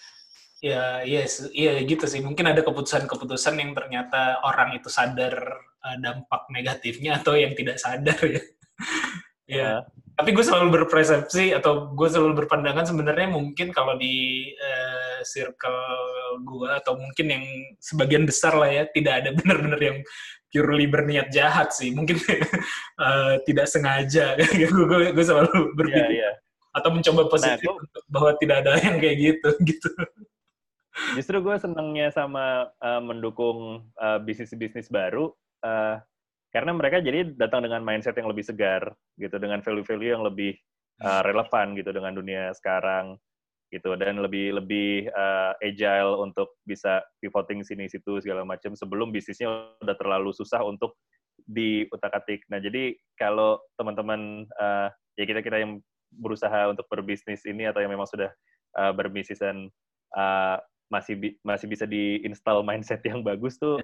ya iya iya gitu sih mungkin ada keputusan-keputusan yang ternyata orang itu sadar uh, dampak negatifnya atau yang tidak sadar ya. Ya. Uh. Tapi gue selalu berpersepsi atau gue selalu berpandangan sebenarnya mungkin kalau di uh, circle gue atau mungkin yang sebagian besar lah ya tidak ada benar-benar yang purely berniat jahat sih mungkin uh, tidak sengaja gue gue selalu berpikir yeah, yeah. atau mencoba positif nah, gue, bahwa tidak ada yang kayak gitu gitu. Justru gue senangnya sama uh, mendukung uh, bisnis-bisnis baru. Uh, Karena mereka jadi datang dengan mindset yang lebih segar, gitu, dengan value-value yang lebih uh, relevan gitu dengan dunia sekarang, gitu, dan lebih lebih uh, agile untuk bisa pivoting sini situ segala macam sebelum bisnisnya udah terlalu susah untuk diutak-atik. Nah, jadi kalau teman-teman uh, ya kita kita yang berusaha untuk berbisnis ini atau yang memang sudah uh, berbisnis dan uh, masih bi- masih bisa diinstal mindset yang bagus tuh.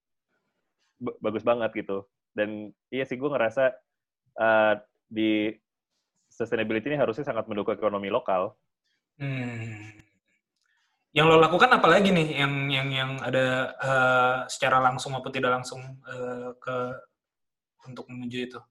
B- bagus banget gitu. Dan iya sih gue ngerasa uh, di sustainability ini harusnya sangat mendukung ekonomi lokal. Hmm. Yang lo lakukan apa lagi nih yang yang yang ada uh, secara langsung maupun tidak langsung uh, ke untuk menuju itu?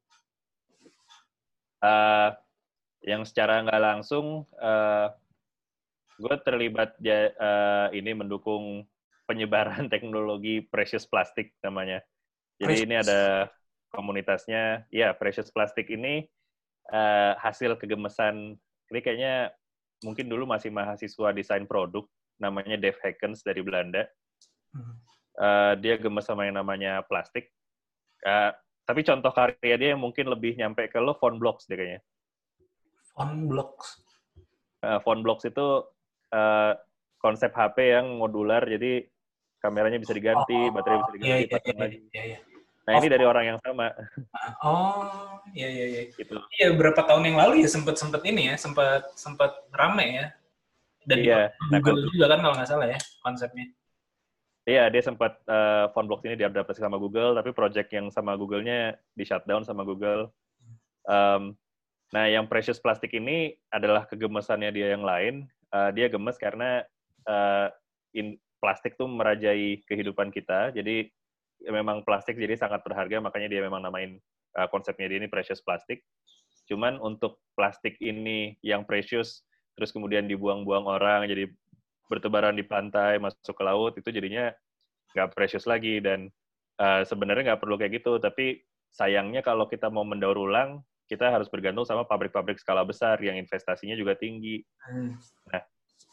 Uh, yang secara nggak langsung uh, gue terlibat ya, uh, ini mendukung penyebaran teknologi precious plastic namanya. Jadi ini ada komunitasnya, ya precious plastic ini uh, hasil kegemesan, ini kayaknya mungkin dulu masih mahasiswa desain produk, namanya Dave Hackens dari Belanda. Uh, dia gemes sama yang namanya plastik. Uh, tapi contoh karya dia yang mungkin lebih nyampe ke lo, Phone Blocks deh kayaknya. Phone Blocks? Uh, Phone Blocks itu uh, konsep H P yang modular, jadi kameranya bisa diganti, oh, baterai bisa diganti, iya, iya, iya, lagi. Iya, iya. Nah, oh, ini dari orang yang sama. Oh, iya, iya, iya. Gitu. Iya, berapa tahun yang lalu ya sempat-sempat ini ya, sempat sempat rame ya. Dan iya. di Google nah, juga kan kalau nggak salah ya konsepnya. Iya, dia sempat uh, Phonebox ini diadaptasi sama Google, tapi project yang sama Google-nya di shutdown sama Google. Um, nah, yang precious plastic ini adalah kegemesannya dia yang lain. Uh, dia gemes karena uh, in, plastik tuh merajai kehidupan kita, jadi ya memang plastik jadi sangat berharga, makanya dia memang namain uh, konsepnya dia ini precious plastic. Cuman untuk plastik ini yang precious, terus kemudian dibuang-buang orang, jadi bertebaran di pantai, masuk ke laut, itu jadinya nggak precious lagi, dan uh, sebenarnya nggak perlu kayak gitu, tapi sayangnya kalau kita mau mendaur ulang, kita harus bergantung sama pabrik-pabrik skala besar, yang investasinya juga tinggi. Hmm. Nah,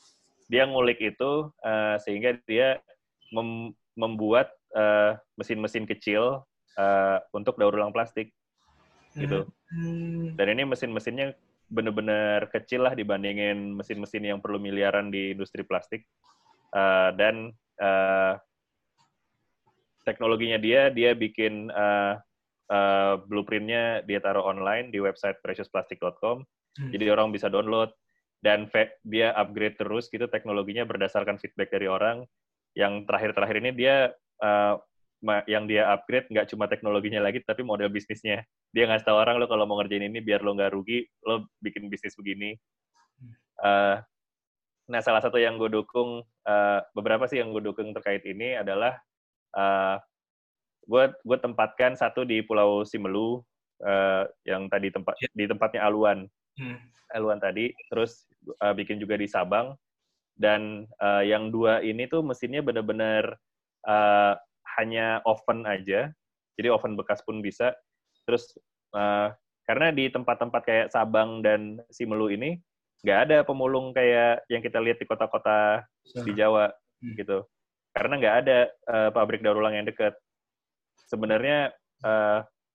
dia ngulik itu uh, sehingga dia mem- membuat uh, mesin-mesin kecil uh, untuk daur ulang plastik gitu. Hmm. Dan ini mesin-mesinnya benar-benar kecil lah dibandingin mesin-mesin yang perlu miliaran di industri plastik. Uh, dan uh, teknologinya dia dia bikin uh, uh, blueprint-nya dia taruh online di website precious plastic dot com. Hmm. Jadi orang bisa download dan fe- dia upgrade terus gitu teknologinya berdasarkan feedback dari orang. Yang terakhir-terakhir ini dia uh, ma- yang dia upgrade nggak cuma teknologinya lagi tapi model bisnisnya. Dia ngasih tahu orang lo kalau mau ngerjain ini biar lo nggak rugi, lo bikin bisnis begini. Uh, nah salah satu yang gue dukung, uh, beberapa sih yang gue dukung terkait ini adalah uh, gue gue tempatkan satu di Pulau Simelu uh, yang tadi tempat di tempatnya Aluan. Hmm. Aluan tadi, terus uh, bikin juga di Sabang, dan uh, yang dua ini tuh mesinnya benar-benar uh, hanya oven aja, jadi oven bekas pun bisa. Terus uh, karena di tempat-tempat kayak Sabang dan Simelu ini nggak ada pemulung kayak yang kita lihat di kota-kota di Jawa gitu, karena nggak ada uh, pabrik daur ulang yang dekat. Sebenarnya uh,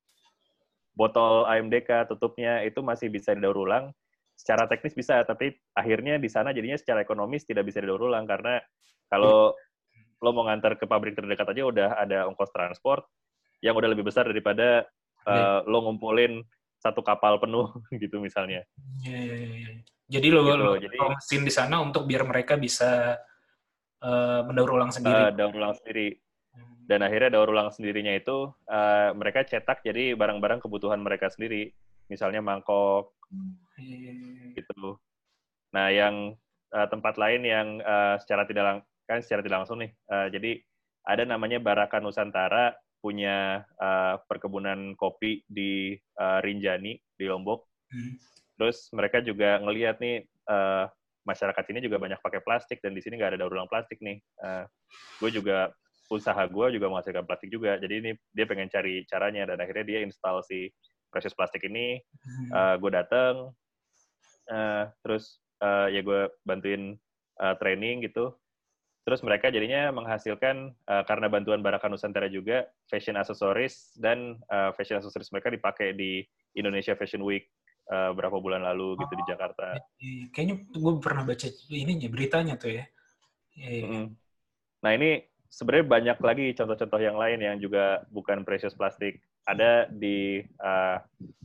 botol A M D K tutupnya itu masih bisa didaur ulang. Secara teknis bisa, tapi akhirnya di sana jadinya secara ekonomis tidak bisa didaur ulang karena kalau lo mau ngantar ke pabrik terdekat aja udah ada ongkos transport yang udah lebih besar daripada uh, lo ngumpulin satu kapal penuh gitu misalnya. Ya, ya, ya. Jadi lo, gitu, lo jadi mesin di sana untuk biar mereka bisa uh, mendaur ulang sendiri. Uh, daur ulang sendiri. Dan akhirnya daur ulang sendirinya itu uh, mereka cetak jadi barang-barang kebutuhan mereka sendiri. Misalnya mangkok, hmm. gitu. Nah, yang uh, tempat lain yang uh, secara tidak lang- kan secara tidak langsung nih. Uh, jadi ada namanya Baraka Nusantara punya uh, perkebunan kopi di uh, Rinjani di Lombok. Hmm. Terus mereka juga ngelihat nih uh, masyarakat sini juga banyak pakai plastik dan di sini nggak ada daur ulang plastik nih. Uh, gue juga usaha gue juga menghasilkan plastik juga. Jadi ini dia pengen cari caranya dan akhirnya dia install si Precious Plastic ini. Uh, gue dateng, uh, terus uh, ya gue bantuin uh, training gitu. Terus mereka jadinya menghasilkan uh, karena bantuan Baraka Nusantara juga fashion accessories dan uh, fashion accessories mereka dipakai di Indonesia Fashion Week uh, berapa bulan lalu gitu oh, di Jakarta. Kayaknya gue pernah baca ininya beritanya tuh ya. Ya, ya. Mm-hmm. Nah ini sebenarnya banyak lagi contoh-contoh yang lain yang juga bukan precious plastic. Ada di uh,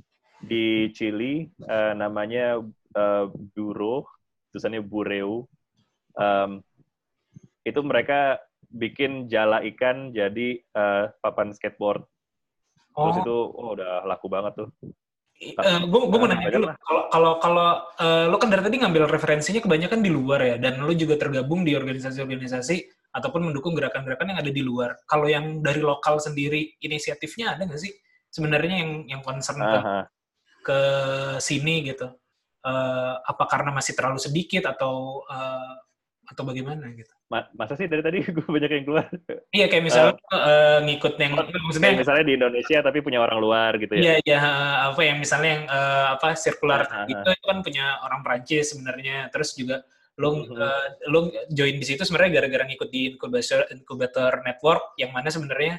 di Chili uh, namanya uh, Buro, tulisannya Bureu. Um, itu mereka bikin jala ikan jadi uh, papan skateboard. Terus oh. itu oh, udah laku banget tuh. Uh, gue gue mau nanya dulu, kalau kalau kalau uh, lo kan dari tadi ngambil referensinya kebanyakan di luar ya, dan lo juga tergabung di organisasi-organisasi ataupun mendukung gerakan-gerakan yang ada di luar. Kalau yang dari lokal sendiri, inisiatifnya ada nggak sih sebenarnya yang yang concern ke, ke sini gitu? Uh, apa karena masih terlalu sedikit atau uh, atau bagaimana gitu? Masa sih dari tadi gue banyak yang keluar? Iya kayak misalnya uh, uh, ngikut yang maksudnya misalnya di Indonesia tapi punya orang luar gitu ya? Iya iya apa yang misalnya yang uh, apa sirkular uh, itu, itu kan punya orang Prancis sebenarnya. Terus juga lo uh-huh. uh, lo join di situ sebenarnya gara-gara ngikut di incubator incubator network yang mana sebenarnya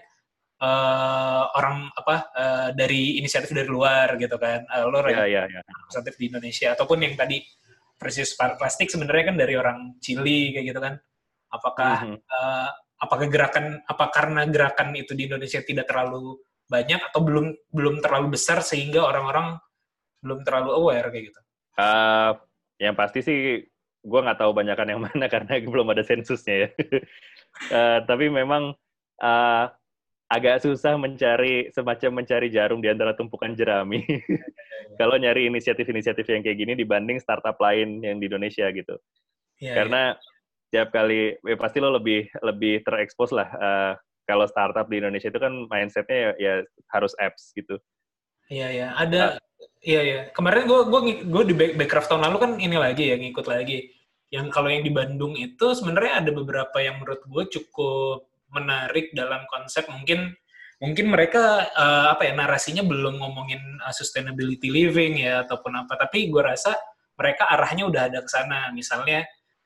uh, orang apa uh, dari inisiatif dari luar gitu kan. Uh, lo yeah, yeah, yeah. representatif di Indonesia ataupun yang tadi Precious Plastic sebenarnya kan dari orang Chili kayak gitu kan. Apakah uh-huh. uh, apakah gerakan apa karena gerakan itu di Indonesia tidak terlalu banyak atau belum belum terlalu besar sehingga orang-orang belum terlalu aware kayak gitu? Uh, yang pasti sih gue nggak tahu banyakan yang mana karena belum ada sensusnya ya. uh, tapi memang uh, agak susah mencari semacam mencari jarum di antara tumpukan jerami. Kalau nyari inisiatif-inisiatif yang kayak gini dibanding startup lain yang di Indonesia gitu. Ya, karena ya. Tiap kali ya pasti lo lebih lebih terekspos lah. Uh, kalau startup di Indonesia itu kan mindsetnya ya, ya harus apps gitu. Iya ya, ada. Iya uh, ya. Kemarin gue gue gue di Backcraft tahun lalu kan ini lagi ya ngikut lagi. Yang kalau yang di Bandung itu sebenarnya ada beberapa yang menurut gue cukup menarik dalam konsep mungkin mungkin mereka uh, apa ya narasinya belum ngomongin uh, sustainability living ya ataupun apa. Tapi gue rasa mereka arahnya udah ada ke sana. Misalnya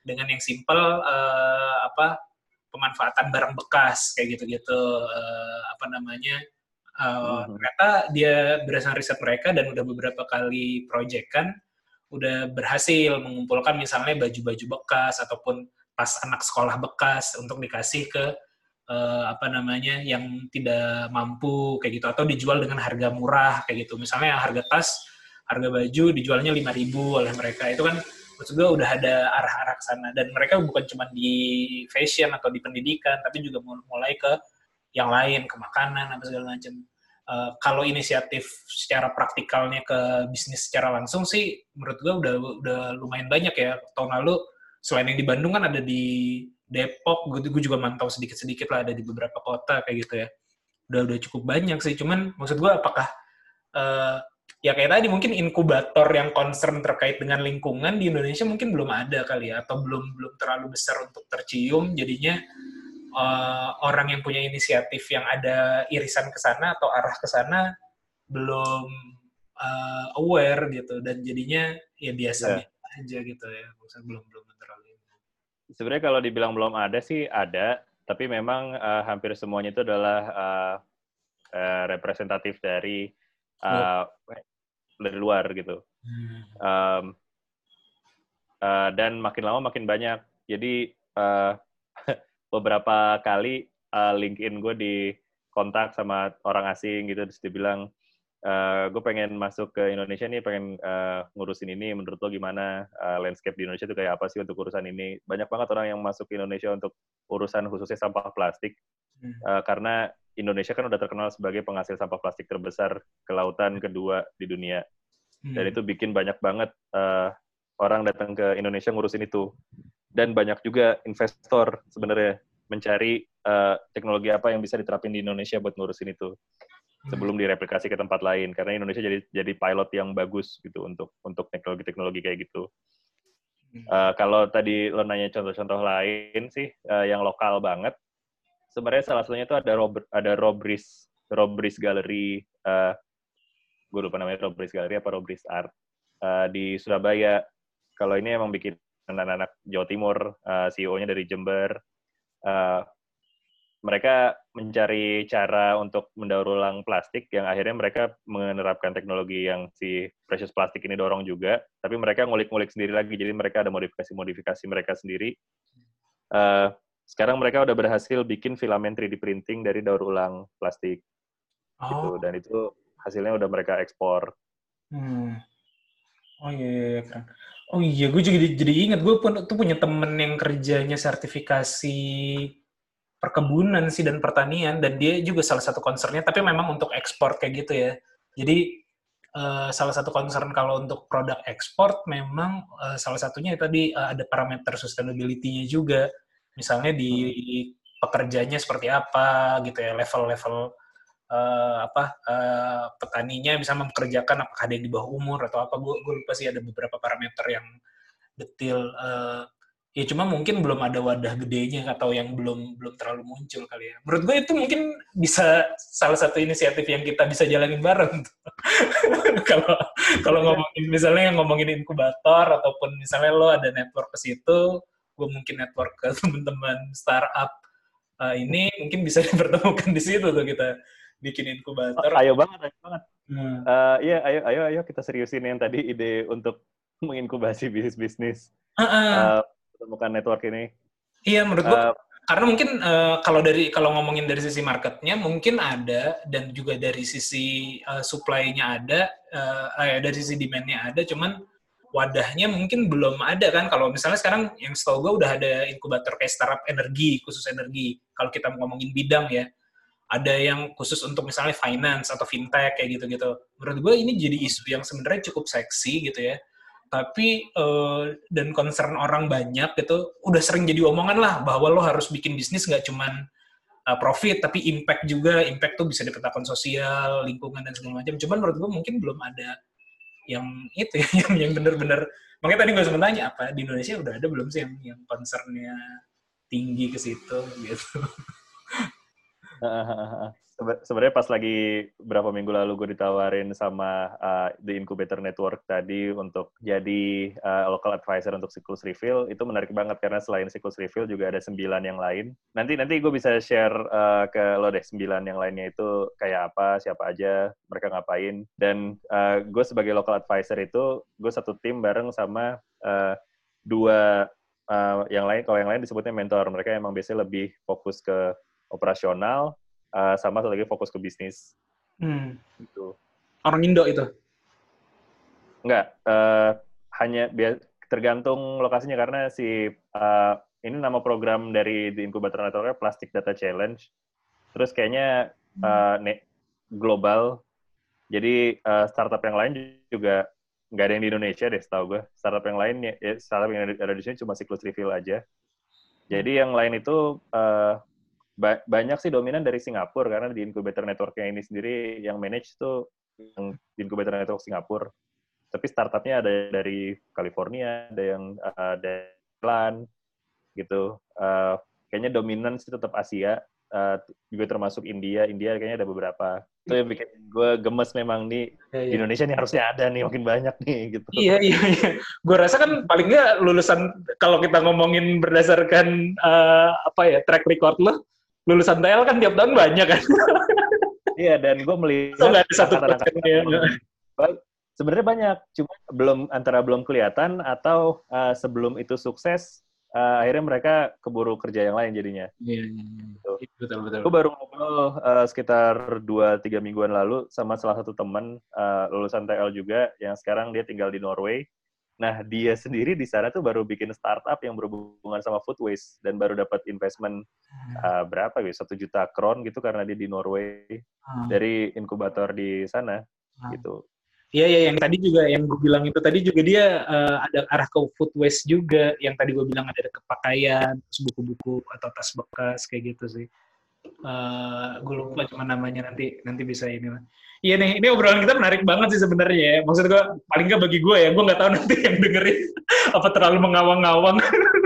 dengan yang simple uh, apa pemanfaatan barang bekas kayak gitu-gitu uh, apa namanya uh, Mhm. ternyata dia berdasarkan riset mereka dan udah beberapa kali project kan udah berhasil mengumpulkan misalnya baju-baju bekas ataupun tas anak sekolah bekas untuk dikasih ke uh, apa namanya yang tidak mampu kayak gitu atau dijual dengan harga murah kayak gitu. Misalnya harga tas, harga baju dijualnya lima ribu oleh mereka. Itu kan maksud gue udah ada arah-arah ke sana dan mereka bukan cuma di fashion atau di pendidikan tapi juga mulai ke yang lain, ke makanan apa segala macam. Uh, kalau inisiatif secara praktikalnya ke bisnis secara langsung sih menurut gue udah udah lumayan banyak ya. Tahun lalu selain yang di Bandung kan ada di Depok, gue, gue juga mantau sedikit-sedikit lah ada di beberapa kota kayak gitu ya. Udah udah cukup banyak sih. Cuman maksud gue apakah uh, ya kayak tadi mungkin inkubator yang concern terkait dengan lingkungan di Indonesia mungkin belum ada kali ya atau belum belum terlalu besar untuk tercium. Jadinya Uh, orang yang punya inisiatif yang ada irisan ke sana atau arah ke sana belum uh, aware gitu dan jadinya ya biasa Yeah. aja gitu ya, maksudnya belum belum terlalu. Sebenarnya kalau dibilang belum ada sih ada, tapi memang uh, hampir semuanya itu adalah uh, uh, representatif dari uh, dari luar gitu. Hmm. Um, uh, dan makin lama makin banyak. Jadi uh, beberapa kali uh, LinkedIn gue di kontak sama orang asing gitu, terus dibilang, uh, gue pengen masuk ke Indonesia nih, pengen uh, ngurusin ini, menurut lo gimana? Uh, landscape di Indonesia itu kayak apa sih untuk urusan ini? Banyak banget orang yang masuk ke Indonesia untuk urusan khususnya sampah plastik, uh, karena Indonesia kan udah terkenal sebagai penghasil sampah plastik terbesar ke lautan kedua di dunia. Dan itu bikin banyak banget uh, orang datang ke Indonesia ngurusin itu. Dan banyak juga investor sebenarnya mencari uh, teknologi apa yang bisa diterapin di Indonesia buat ngurusin itu sebelum direplikasi ke tempat lain, karena Indonesia jadi jadi pilot yang bagus gitu untuk untuk teknologi-teknologi kayak gitu. Uh, kalau tadi lo nanya contoh-contoh lain sih uh, yang lokal banget, sebenarnya salah satunya itu ada Rob, ada Robris Robris Gallery, uh, gue lupa namanya Robris Gallery apa Robris Art uh, di Surabaya. Kalau ini emang bikin anak-anak Jawa Timur, uh, C E O-nya dari Jember. Uh, mereka mencari cara untuk mendaur ulang plastik yang akhirnya mereka menerapkan teknologi yang si precious plastik ini dorong juga, tapi mereka ngulik-ngulik sendiri lagi, jadi mereka ada modifikasi-modifikasi mereka sendiri. Uh, sekarang mereka udah berhasil bikin filamen three D printing dari daur ulang plastik. Oh. Gitu, dan itu hasilnya udah mereka ekspor. Hmm. Oh iya, iya, keren. Oh iya, gue juga jadi, jadi ingat, gue pun tuh punya temen yang kerjanya sertifikasi perkebunan sih dan pertanian, dan dia juga salah satu concernnya, tapi memang untuk ekspor kayak gitu ya. Jadi uh, salah satu concern kalau untuk produk ekspor memang uh, salah satunya tadi uh, ada parameter sustainability-nya juga. Misalnya di hmm. pekerjanya seperti apa gitu ya, level-level Uh, apa uh, petaninya bisa mempekerjakan apakah ada yang di bawah umur atau apa, gue gue lupa sih, ada beberapa parameter yang detail. Uh, ya cuma mungkin belum ada wadah gedenya atau yang belum belum terlalu muncul kali ya. Menurut gue itu mungkin bisa salah satu inisiatif yang kita bisa jalanin bareng. Kalau kalau ngomongin misalnya ngomongin inkubator ataupun misalnya lo ada network ke situ, gue mungkin network ke teman-teman startup uh, ini mungkin bisa dipertemukan di situ tuh kita. Bikin inkubator. Oh, ayo banget, ayo banget. Hmm. Uh, iya, ayo, ayo, ayo kita seriusin yang tadi ide untuk menginkubasi bisnis-bisnis. Uh-uh. Uh, temukan network ini. Iya, menurut uh, gua karena mungkin uh, kalau dari kalau ngomongin dari sisi marketnya mungkin ada dan juga dari sisi uh, supply-nya ada, uh, eh, dari sisi demand-nya ada, cuman wadahnya mungkin belum ada kan. Kalau misalnya sekarang yang setahu gua udah ada inkubator kayak startup energi, khusus energi. Kalau kita ngomongin bidang ya. Ada yang khusus untuk misalnya finance atau fintech kayak gitu-gitu. Menurut gue ini jadi isu yang sebenarnya cukup seksi gitu ya. Tapi uh, dan concern orang banyak gitu, udah sering jadi omongan lah bahwa lo harus bikin bisnis nggak cuman uh, profit, tapi impact juga. Impact tuh bisa dipetakan sosial, lingkungan dan segala macam. Cuman menurut gue mungkin belum ada yang itu ya, yang yang benar-benar. Makanya tadi gue sempat tanya apa di Indonesia udah ada belum sih yang yang concernnya tinggi ke situ gitu. Sebe- sebenarnya pas lagi berapa minggu lalu gue ditawarin sama uh, The Incubator Network tadi untuk jadi uh, local advisor untuk Siklus Refill, itu menarik banget karena selain Siklus Refill juga ada sembilan yang lain. Nanti nanti gue bisa share uh, ke lo deh sembilan yang lainnya itu kayak apa, siapa aja, mereka ngapain. Dan uh, gue sebagai local advisor itu gue satu tim bareng sama uh, dua uh, yang lain. Kalau yang lain disebutnya mentor, mereka emang biasanya lebih fokus ke operasional. Uh, sama satu lagi fokus ke bisnis. Hmm. Gitu. Orang Indo itu? Enggak, uh, hanya bias- tergantung lokasinya karena si uh, ini nama program dari The Incubator Network Plastic Data Challenge. Terus kayaknya uh, ne- global. Jadi uh, startup yang lain juga nggak ada yang di Indonesia deh, setahu gue. Startup yang lain ya, startup yang ada di sini cuma Siklus Refill aja. Jadi yang lain itu uh, Ba- banyak sih dominan dari Singapura karena di Incubator Network-nya ini sendiri yang manage tuh yang di Incubator Network Singapura. Tapi startupnya ada dari California, ada yang uh, dari Thailand gitu. Uh, kayaknya dominan sih tetap Asia, uh, juga termasuk India. India kayaknya ada beberapa. Itu yang bikin gue gemes memang nih Ya, di ya. Indonesia nih harusnya ada nih makin banyak nih gitu. Iya, iya, iya. Gue rasa kan paling nggak lulusan, kalau kita ngomongin berdasarkan uh, apa ya, track record lo, lulusan T L kan tiap tahun banyak kan. Iya, dan gue melihat So, nggak ada satu angkatan-angkatan persennya. Ba- sebenarnya banyak, cuma belum antara belum kelihatan atau uh, sebelum itu sukses, uh, akhirnya mereka keburu kerja yang lain jadinya. Iya, iya, iya. Gitu. Betul, betul. Gue baru ngobrol uh, sekitar dua tiga mingguan lalu sama salah satu teman uh, lulusan T L juga, yang sekarang dia tinggal di Norway. Nah, dia sendiri di sana tuh baru bikin startup yang berhubungan sama food waste, dan baru dapat investment uh, berapa ya, satu juta kron gitu karena dia di Norway, Hmm. dari inkubator di sana, Hmm. gitu. Iya, iya, yang tadi juga, yang gue bilang itu tadi juga dia uh, ada arah ke food waste juga, yang tadi gue bilang ada ke pakaian, terus buku-buku atau tas bekas, kayak gitu sih. Uh, gue lupa cuma namanya, nanti nanti bisa ini lah. Iya nih, ini obrolan kita menarik banget sih sebenarnya ya. Maksud gue, paling nggak bagi gue ya, gue nggak tahu nanti yang dengerin apa terlalu mengawang-awang.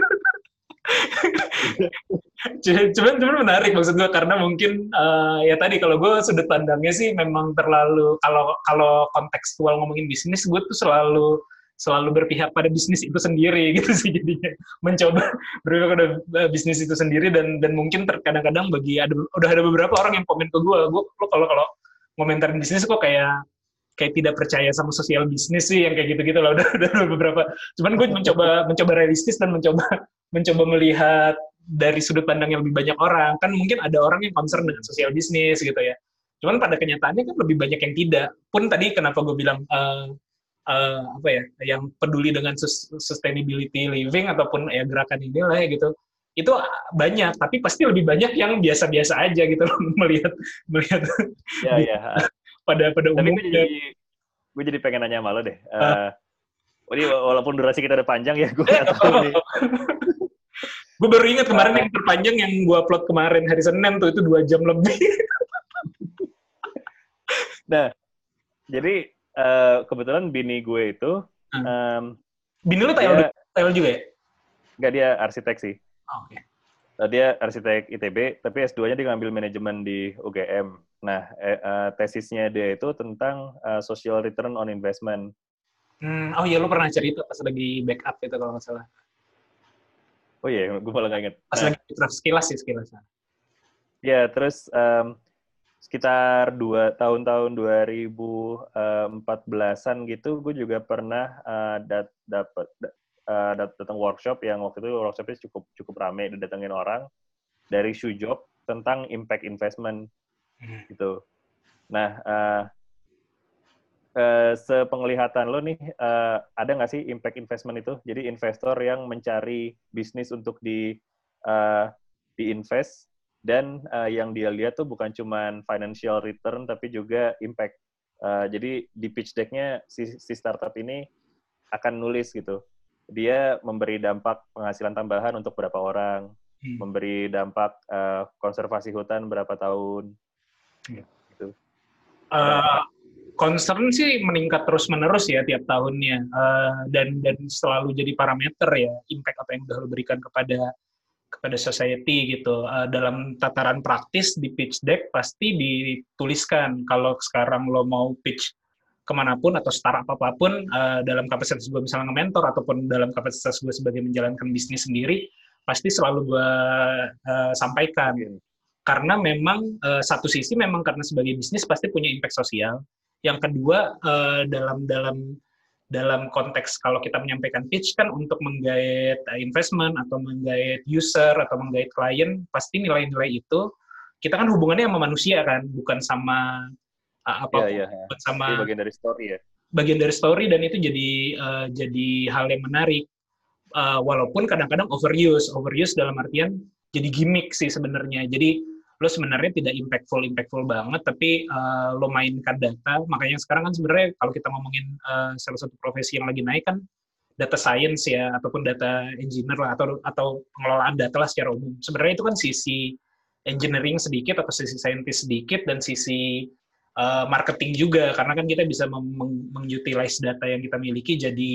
Cuman, cuman menarik maksud gue, karena mungkin uh, ya tadi kalau gue sudut pandangnya sih memang terlalu, kalau kalau kontekstual ngomongin bisnis, gue tuh selalu selalu berpihak pada bisnis itu sendiri gitu sih, jadinya mencoba berpihak pada bisnis itu sendiri, dan dan mungkin terkadang-kadang bagi ada udah ada beberapa orang yang komen ke gue, gue lo kalau kalau komentarin bisnis kok kayak kayak tidak percaya sama sosial bisnis sih, yang kayak gitu-gitu lah, udah udah ada beberapa. Cuman gue mencoba mencoba realistis dan mencoba mencoba melihat dari sudut pandang yang lebih banyak orang. Kan mungkin ada orang yang concern dengan sosial bisnis gitu ya. Cuman pada kenyataannya kan lebih banyak yang tidak. Pun tadi kenapa gue bilang uh, uh, apa ya, yang peduli dengan sustainability living ataupun ya gerakan inilah ya gitu. Itu banyak, tapi pasti lebih banyak yang biasa-biasa aja gitu loh, melihat melihat Ya, ya. pada pada Tapi gue umumnya. jadi gue jadi pengen nanya sama lo deh. Uh, Jadi walaupun durasi kita udah panjang ya, gue nggak tahu nih. Gue baru ingat kemarin uh, yang terpanjang yang gue upload kemarin hari Senin tuh, itu dua jam lebih. Nah, jadi uh, kebetulan bini gue itu, um, bini lu T L, dia, T L juga ya? Nggak, dia arsitek sih. Oh, oke. Okay. Dia arsitek I T B, tapi S dua-nya dia ngambil manajemen di U G M. Nah, eh, uh, tesisnya dia itu tentang uh, social return on investment. Hmm, oh iya, lu pernah cerita pas lagi backup itu kalau nggak salah. Oh iya, gue malah nggak inget. Pas nah, lagi sekilas sih, sekilas. Ya, terus um, sekitar dua tahun-tahun dua ribu empat belasan gitu, gue juga pernah uh, dat dapat uh, dat datang workshop yang waktu itu workshopnya cukup cukup rame, didatengin orang dari Shujok tentang impact investment hmm. gitu. Nah, uh, uh, sepenglihatan lo nih, uh, ada nggak sih impact investment itu? Jadi investor yang mencari bisnis untuk di uh, diinvest, dan uh, yang dia lihat tuh bukan cuma financial return tapi juga impact. Uh, jadi di pitch deck-nya si, si startup ini akan nulis gitu. Dia memberi dampak penghasilan tambahan untuk berapa orang, hmm. memberi dampak uh, konservasi hutan berapa tahun. Hmm. Gitu. Uh, concern sih meningkat terus-menerus ya tiap tahunnya, uh, dan dan selalu jadi parameter ya, impact apa yang udah lo berikan kepada kepada society gitu. Uh, dalam tataran praktis di pitch deck pasti dituliskan kalau sekarang lo mau pitch kemanapun atau startup apapun, uh, dalam kapasitas gue misalnya nge-mentor ataupun dalam kapasitas gue sebagai menjalankan bisnis sendiri, pasti selalu gue uh, sampaikan. Karena memang uh, satu sisi memang karena sebagai bisnis pasti punya impact sosial. Yang kedua uh, dalam dalam dalam konteks kalau kita menyampaikan pitch kan untuk menggait uh, investment atau menggait user atau menggait klien, pasti nilai-nilai itu kita kan hubungannya sama manusia kan, bukan sama uh, apa yeah, yeah, yeah. bukan sama Ini bagian dari story ya. Bagian dari story dan itu jadi uh, jadi hal yang menarik. Uh, walaupun kadang-kadang overuse, overuse dalam artian jadi gimmick sih sebenarnya. Jadi lo sebenarnya tidak impactful impactful banget, tapi uh, lo mainkan data. Makanya sekarang kan sebenarnya kalau kita ngomongin uh, salah satu profesi yang lagi naik kan data science ya, ataupun data engineer lah, atau atau pengelolaan data lah secara umum. Sebenarnya itu kan sisi engineering sedikit atau sisi scientist sedikit dan sisi uh, marketing juga, karena kan kita bisa mengutilize data yang kita miliki jadi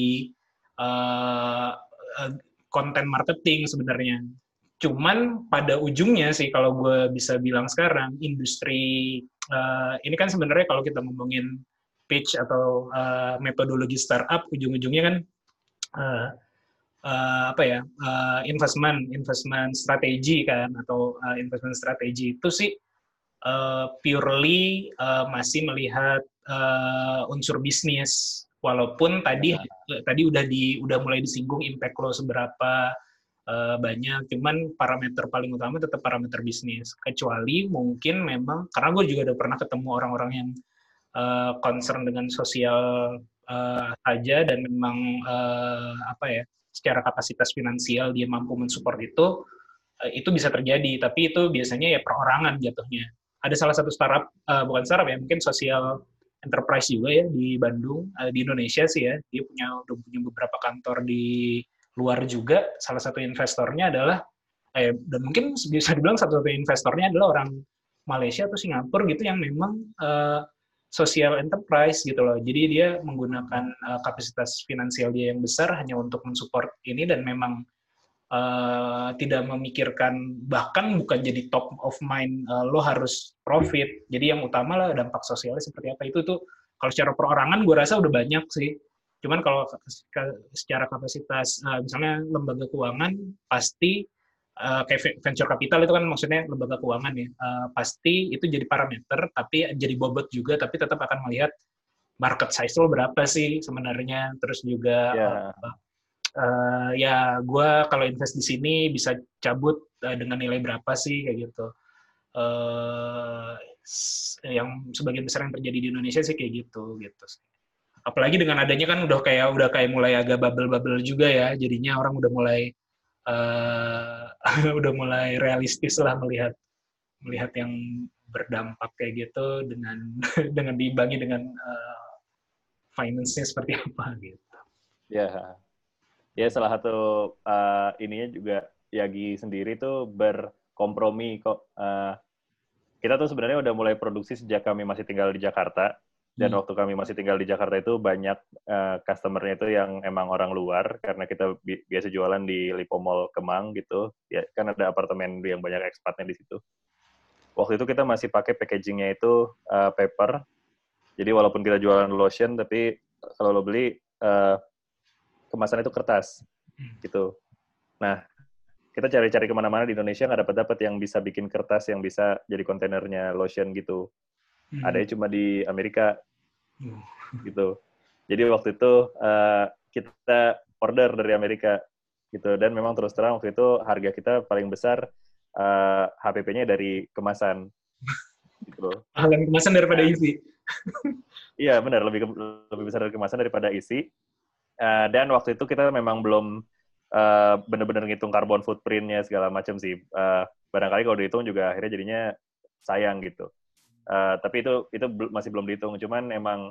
uh, uh, content marketing sebenarnya. Cuman pada ujungnya sih kalau gue bisa bilang sekarang industri uh, ini kan sebenarnya kalau kita ngomongin pitch atau uh, metodologi startup ujung-ujungnya kan uh, uh, apa ya uh, investment investment strategi kan atau uh, investment strategi itu sih uh, purely uh, masih melihat uh, unsur bisnis, walaupun tadi ya. tadi udah di udah mulai disinggung impact lo seberapa Uh, banyak, cuman parameter paling utama tetap parameter bisnis. Kecuali mungkin memang, karena gue juga udah pernah ketemu orang-orang yang uh, concern dengan sosial uh, saja dan memang uh, apa ya, secara kapasitas finansial dia mampu mensupport itu, uh, itu bisa terjadi. Tapi itu biasanya ya perorangan jatuhnya. Ada salah satu startup, uh, bukan startup ya, mungkin sosial enterprise juga ya di Bandung, uh, di Indonesia sih ya. Dia punya udah punya beberapa kantor di luar juga. Salah satu investornya adalah eh, dan mungkin bisa dibilang satu-satu investornya adalah orang Malaysia atau Singapura gitu yang memang uh, social enterprise gitu loh. Jadi dia menggunakan uh, kapasitas finansial dia yang besar hanya untuk mensupport ini dan memang uh, tidak memikirkan, bahkan bukan jadi top of mind uh, lo harus profit. Jadi yang utama lah dampak sosialnya seperti apa. Itu tuh kalau secara perorangan gue rasa udah banyak sih. Cuman kalau secara kapasitas, uh, misalnya lembaga keuangan, pasti uh, kayak venture capital itu kan maksudnya lembaga keuangan ya, uh, pasti itu jadi parameter, tapi jadi bobot juga, tapi tetap akan melihat market size lo berapa sih sebenarnya, terus juga yeah. uh, uh, ya gue kalau invest di sini bisa cabut uh, dengan nilai berapa sih kayak gitu. Uh, yang sebagian besar yang terjadi di Indonesia sih kayak gitu gitu. Apalagi dengan adanya kan udah kayak udah kayak mulai agak bubble-bubble juga ya, jadinya orang udah mulai uh, udah mulai realistis lah melihat melihat yang berdampak kayak gitu dengan dengan diimbangi dengan uh, finance-nya seperti apa gitu. Ya, ya salah satu uh, ininya juga Yagi sendiri tuh berkompromi kok. Uh, kita tuh sebenarnya udah mulai produksi sejak kami masih tinggal di Jakarta. Dan hmm. waktu kami masih tinggal di Jakarta itu banyak uh, customer-nya itu yang emang orang luar, karena kita bi- biasa jualan di Lipo Mall Kemang gitu. Ya, kan ada apartemen yang banyak expatnya di situ. Waktu itu kita masih pakai packaging-nya itu uh, paper. Jadi walaupun kita jualan lotion, tapi kalau lo beli uh, kemasan itu kertas gitu. Nah, kita cari-cari kemana-mana di Indonesia nggak dapat-dapat yang bisa bikin kertas yang bisa jadi kontainernya lotion gitu. Hmm. Adanya cuma di Amerika, hmm. gitu. Jadi waktu itu uh, kita order dari Amerika, gitu. Dan memang terus terang waktu itu harga kita paling besar uh, H P P-nya dari kemasan, gitu. Mahalan kemasan daripada isi. Iya benar, lebih lebih besar dari kemasan daripada isi. Uh, dan waktu itu kita memang belum uh, benar-benar ngitung carbon footprint-nya segala macam sih. Uh, barangkali kalau dihitung juga akhirnya jadinya sayang gitu. Uh, tapi itu itu masih belum dihitung, cuman emang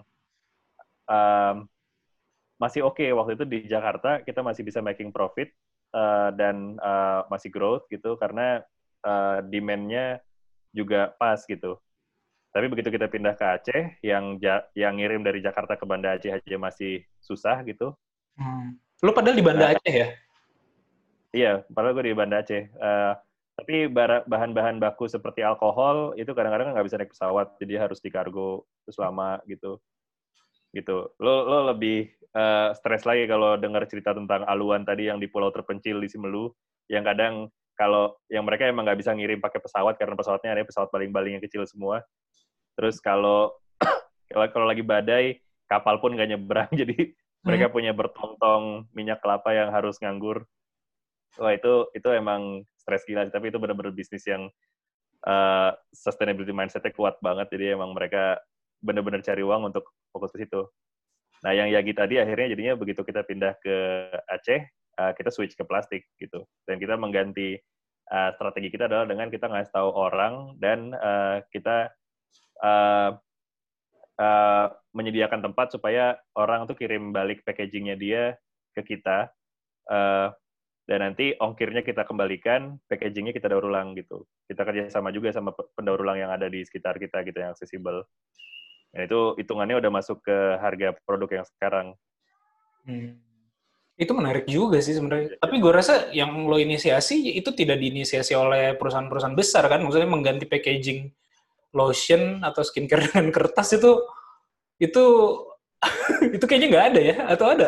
um, masih oke okay. Waktu itu di Jakarta kita masih bisa making profit uh, dan uh, masih growth gitu karena uh, demand-nya juga pas gitu. Tapi begitu kita pindah ke Aceh, yang ja, yang ngirim dari Jakarta ke Banda Aceh aja masih susah gitu. Hmm. Lu padahal di Banda nah, Aceh ya? Iya, padahal gue di Banda Aceh. Uh, tapi bara- bahan-bahan baku seperti alkohol itu kadang-kadang nggak bisa naik pesawat, jadi harus dikargo terus lama gitu. Gitu. Lo lo lebih uh, stres lagi kalau dengar cerita tentang Aluan tadi yang di pulau terpencil di Simelu, yang kadang kalau yang mereka emang nggak bisa ngirim pakai pesawat karena pesawatnya ada pesawat baling-baling yang kecil semua. Terus kalau kalau kalau lagi badai, kapal pun nggak nyebrang, jadi mereka punya bertong-tong minyak kelapa yang harus nganggur. Wah itu itu emang stres gila, tapi itu benar-benar bisnis yang uh, sustainability mindset-nya kuat banget, jadi emang mereka benar-benar cari uang untuk fokus ke situ. Nah yang Yagi tadi akhirnya jadinya begitu kita pindah ke Aceh, uh, kita switch ke plastik gitu, dan kita mengganti uh, strategi kita adalah dengan kita ngasih tahu orang dan uh, kita uh, uh, menyediakan tempat supaya orang tuh kirim balik packaging-nya dia ke kita. Uh, Dan nanti ongkirnya kita kembalikan, packaging-nya kita daur ulang gitu. Kita kerja sama juga sama pendaur ulang yang ada di sekitar kita gitu, yang aksesibel. Dan itu hitungannya udah masuk ke harga produk yang sekarang. Hmm. Itu menarik juga sih sebenarnya. Tapi gue rasa yang lo inisiasi itu tidak diinisiasi oleh perusahaan-perusahaan besar kan? Maksudnya mengganti packaging lotion atau skincare dengan kertas itu itu itu kayaknya nggak ada ya? Atau ada?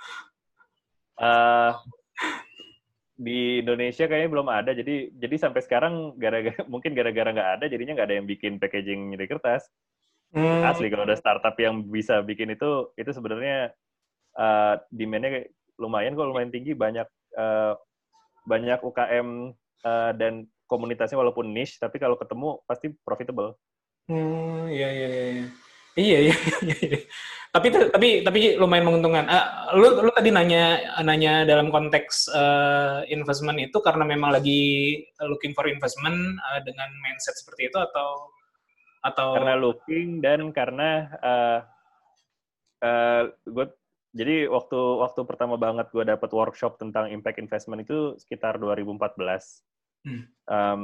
Uh, di Indonesia kayaknya belum ada, jadi jadi sampai sekarang gara-gara mungkin gara-gara nggak ada, jadinya nggak ada yang bikin packaging dari kertas. Hmm. Asli kalau ada startup yang bisa bikin itu, itu sebenarnya uh, demand-nya lumayan kok, lumayan tinggi, banyak uh, banyak U K M uh, dan komunitasnya walaupun niche, tapi kalau ketemu pasti profitable. Hmm, iya iya iya. Iya iya iya. Tapi tapi tapi lumayan menguntungkan. Uh, lu lu tadi nanya nanya dalam konteks uh, investment itu karena memang lagi looking for investment uh, dengan mindset seperti itu atau atau karena looking dan karena uh, uh, gue jadi waktu waktu pertama banget gue dapat workshop tentang impact investment itu sekitar dua ribu empat belas. Hmm. Um,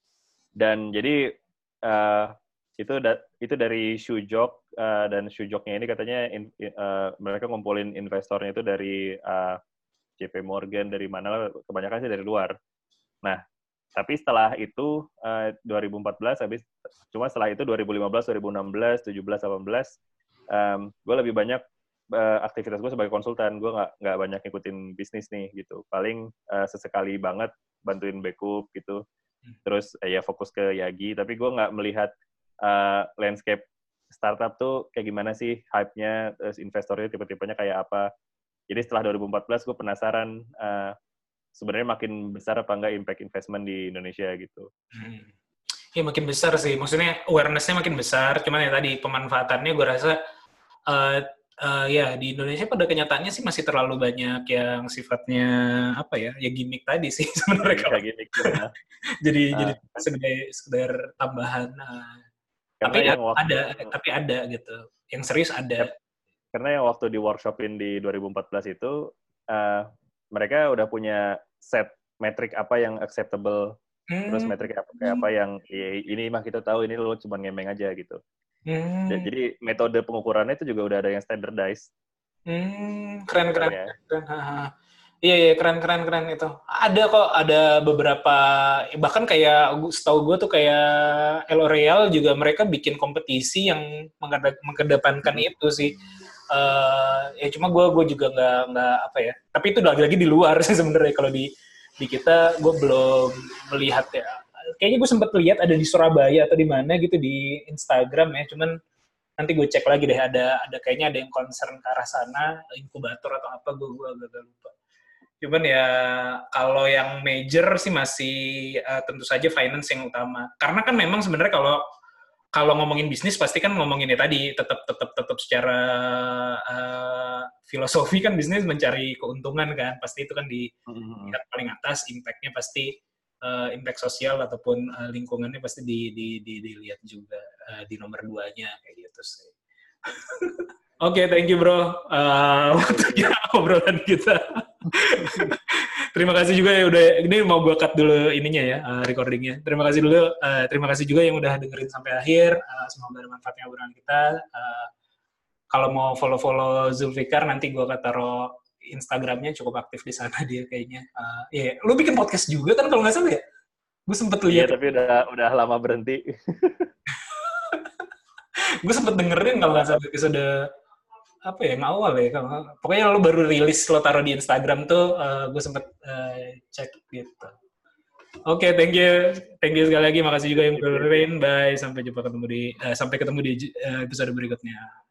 dan jadi uh, itu da, itu dari Shujok uh, dan Shujoknya ini katanya in, uh, mereka ngumpulin investornya itu dari uh, J P Morgan, dari mana, kebanyakan sih dari luar. Nah, tapi setelah itu uh, dua ribu empat belas habis, cuma setelah itu dua ribu lima belas, dua ribu enam belas, tujuh belas, delapan belas um, gue lebih banyak uh, aktivitas gue sebagai konsultan, gue nggak nggak banyak ngikutin bisnis nih gitu, paling uh, sesekali banget bantuin backup gitu, terus uh, ya fokus ke Yagi, tapi gue nggak melihat Uh, landscape startup tuh kayak gimana sih hype-nya, terus investornya tipe-tipenya kayak apa. Jadi setelah dua ribu empat belas gue penasaran uh, sebenarnya makin besar apa enggak impact investment di Indonesia gitu. Hmm. Ya makin besar sih, maksudnya awareness-nya makin besar, cuman ya tadi pemanfaatannya gue rasa uh, uh, ya di Indonesia pada kenyataannya sih masih terlalu banyak yang sifatnya apa ya, ya gimmick tadi sih sebenarnya kalau gimmick. jadi uh. jadi sekedar, sekedar tambahan uh, Karena tapi yang ada, waktu, ada, tapi ada gitu. Yang serius ada. Karena yang waktu di workshopin di dua ribu empat belas itu, uh, mereka udah punya set metrik apa yang acceptable, hmm. terus metrik apa, kayak apa yang, ya, ini mah kita tahu, ini lo cuma ngemeng aja gitu. Hmm. Jadi metode pengukurannya itu juga udah ada yang standardized. Hmm, keren, keren. keren. keren. Iya, iya, keren, keren, keren itu. Ada kok, ada beberapa, bahkan kayak, setahu gue tuh kayak L'Oreal juga mereka bikin kompetisi yang mengedepankan hmm. itu sih. Uh, ya cuma gue gue juga nggak nggak apa ya. Tapi itu lagi-lagi di luar sih sebenarnya. Kalau di di kita gue belum melihat ya. Kayaknya gue sempat lihat ada di Surabaya atau di mana gitu di Instagram ya. Cuman nanti gue cek lagi deh, ada ada kayaknya ada yang concern ke arah sana, inkubator atau apa, gue gue agak lupa. Cuman ya kalau yang major sih masih uh, tentu saja finance yang utama. Karena kan memang sebenarnya kalau kalau ngomongin bisnis pasti kan ngomongin ya tadi tetap tetap tetap secara uh, filosofi kan bisnis mencari keuntungan kan, pasti itu kan di tingkat paling atas, impact-nya pasti uh, impact sosial ataupun uh, lingkungannya pasti di, di, di, dilihat juga uh, di nomor duanya kayak gitu sih. Oke, okay, thank you bro. Uh, waktunya obrolan kita. Terima kasih juga ya udah, ini mau gue cut dulu ininya ya, uh, recordingnya. Terima kasih dulu, uh, terima kasih juga yang udah dengerin sampai akhir. Uh, semoga ada manfaatnya obrolan kita. Uh, kalau mau follow-follow Zulfikar, nanti gue akan taruh Instagramnya cukup aktif di sana dia kayaknya. Uh, ya, yeah. Lu bikin podcast juga kan kalau nggak salah ya? Gue sempet lihat. Iya, tapi udah udah lama berhenti. Gue sempet dengerin kalau nggak salah episode apa ya, ngawal ya. Kalau, pokoknya lo baru rilis, lo taruh di Instagram tuh, uh, gue sempet uh, cek gitu. Oke, okay, thank you. Thank you sekali lagi. Makasih juga yang udah dengerin. Bye. Sampai jumpa ketemu di, uh, sampai ketemu di uh, episode berikutnya.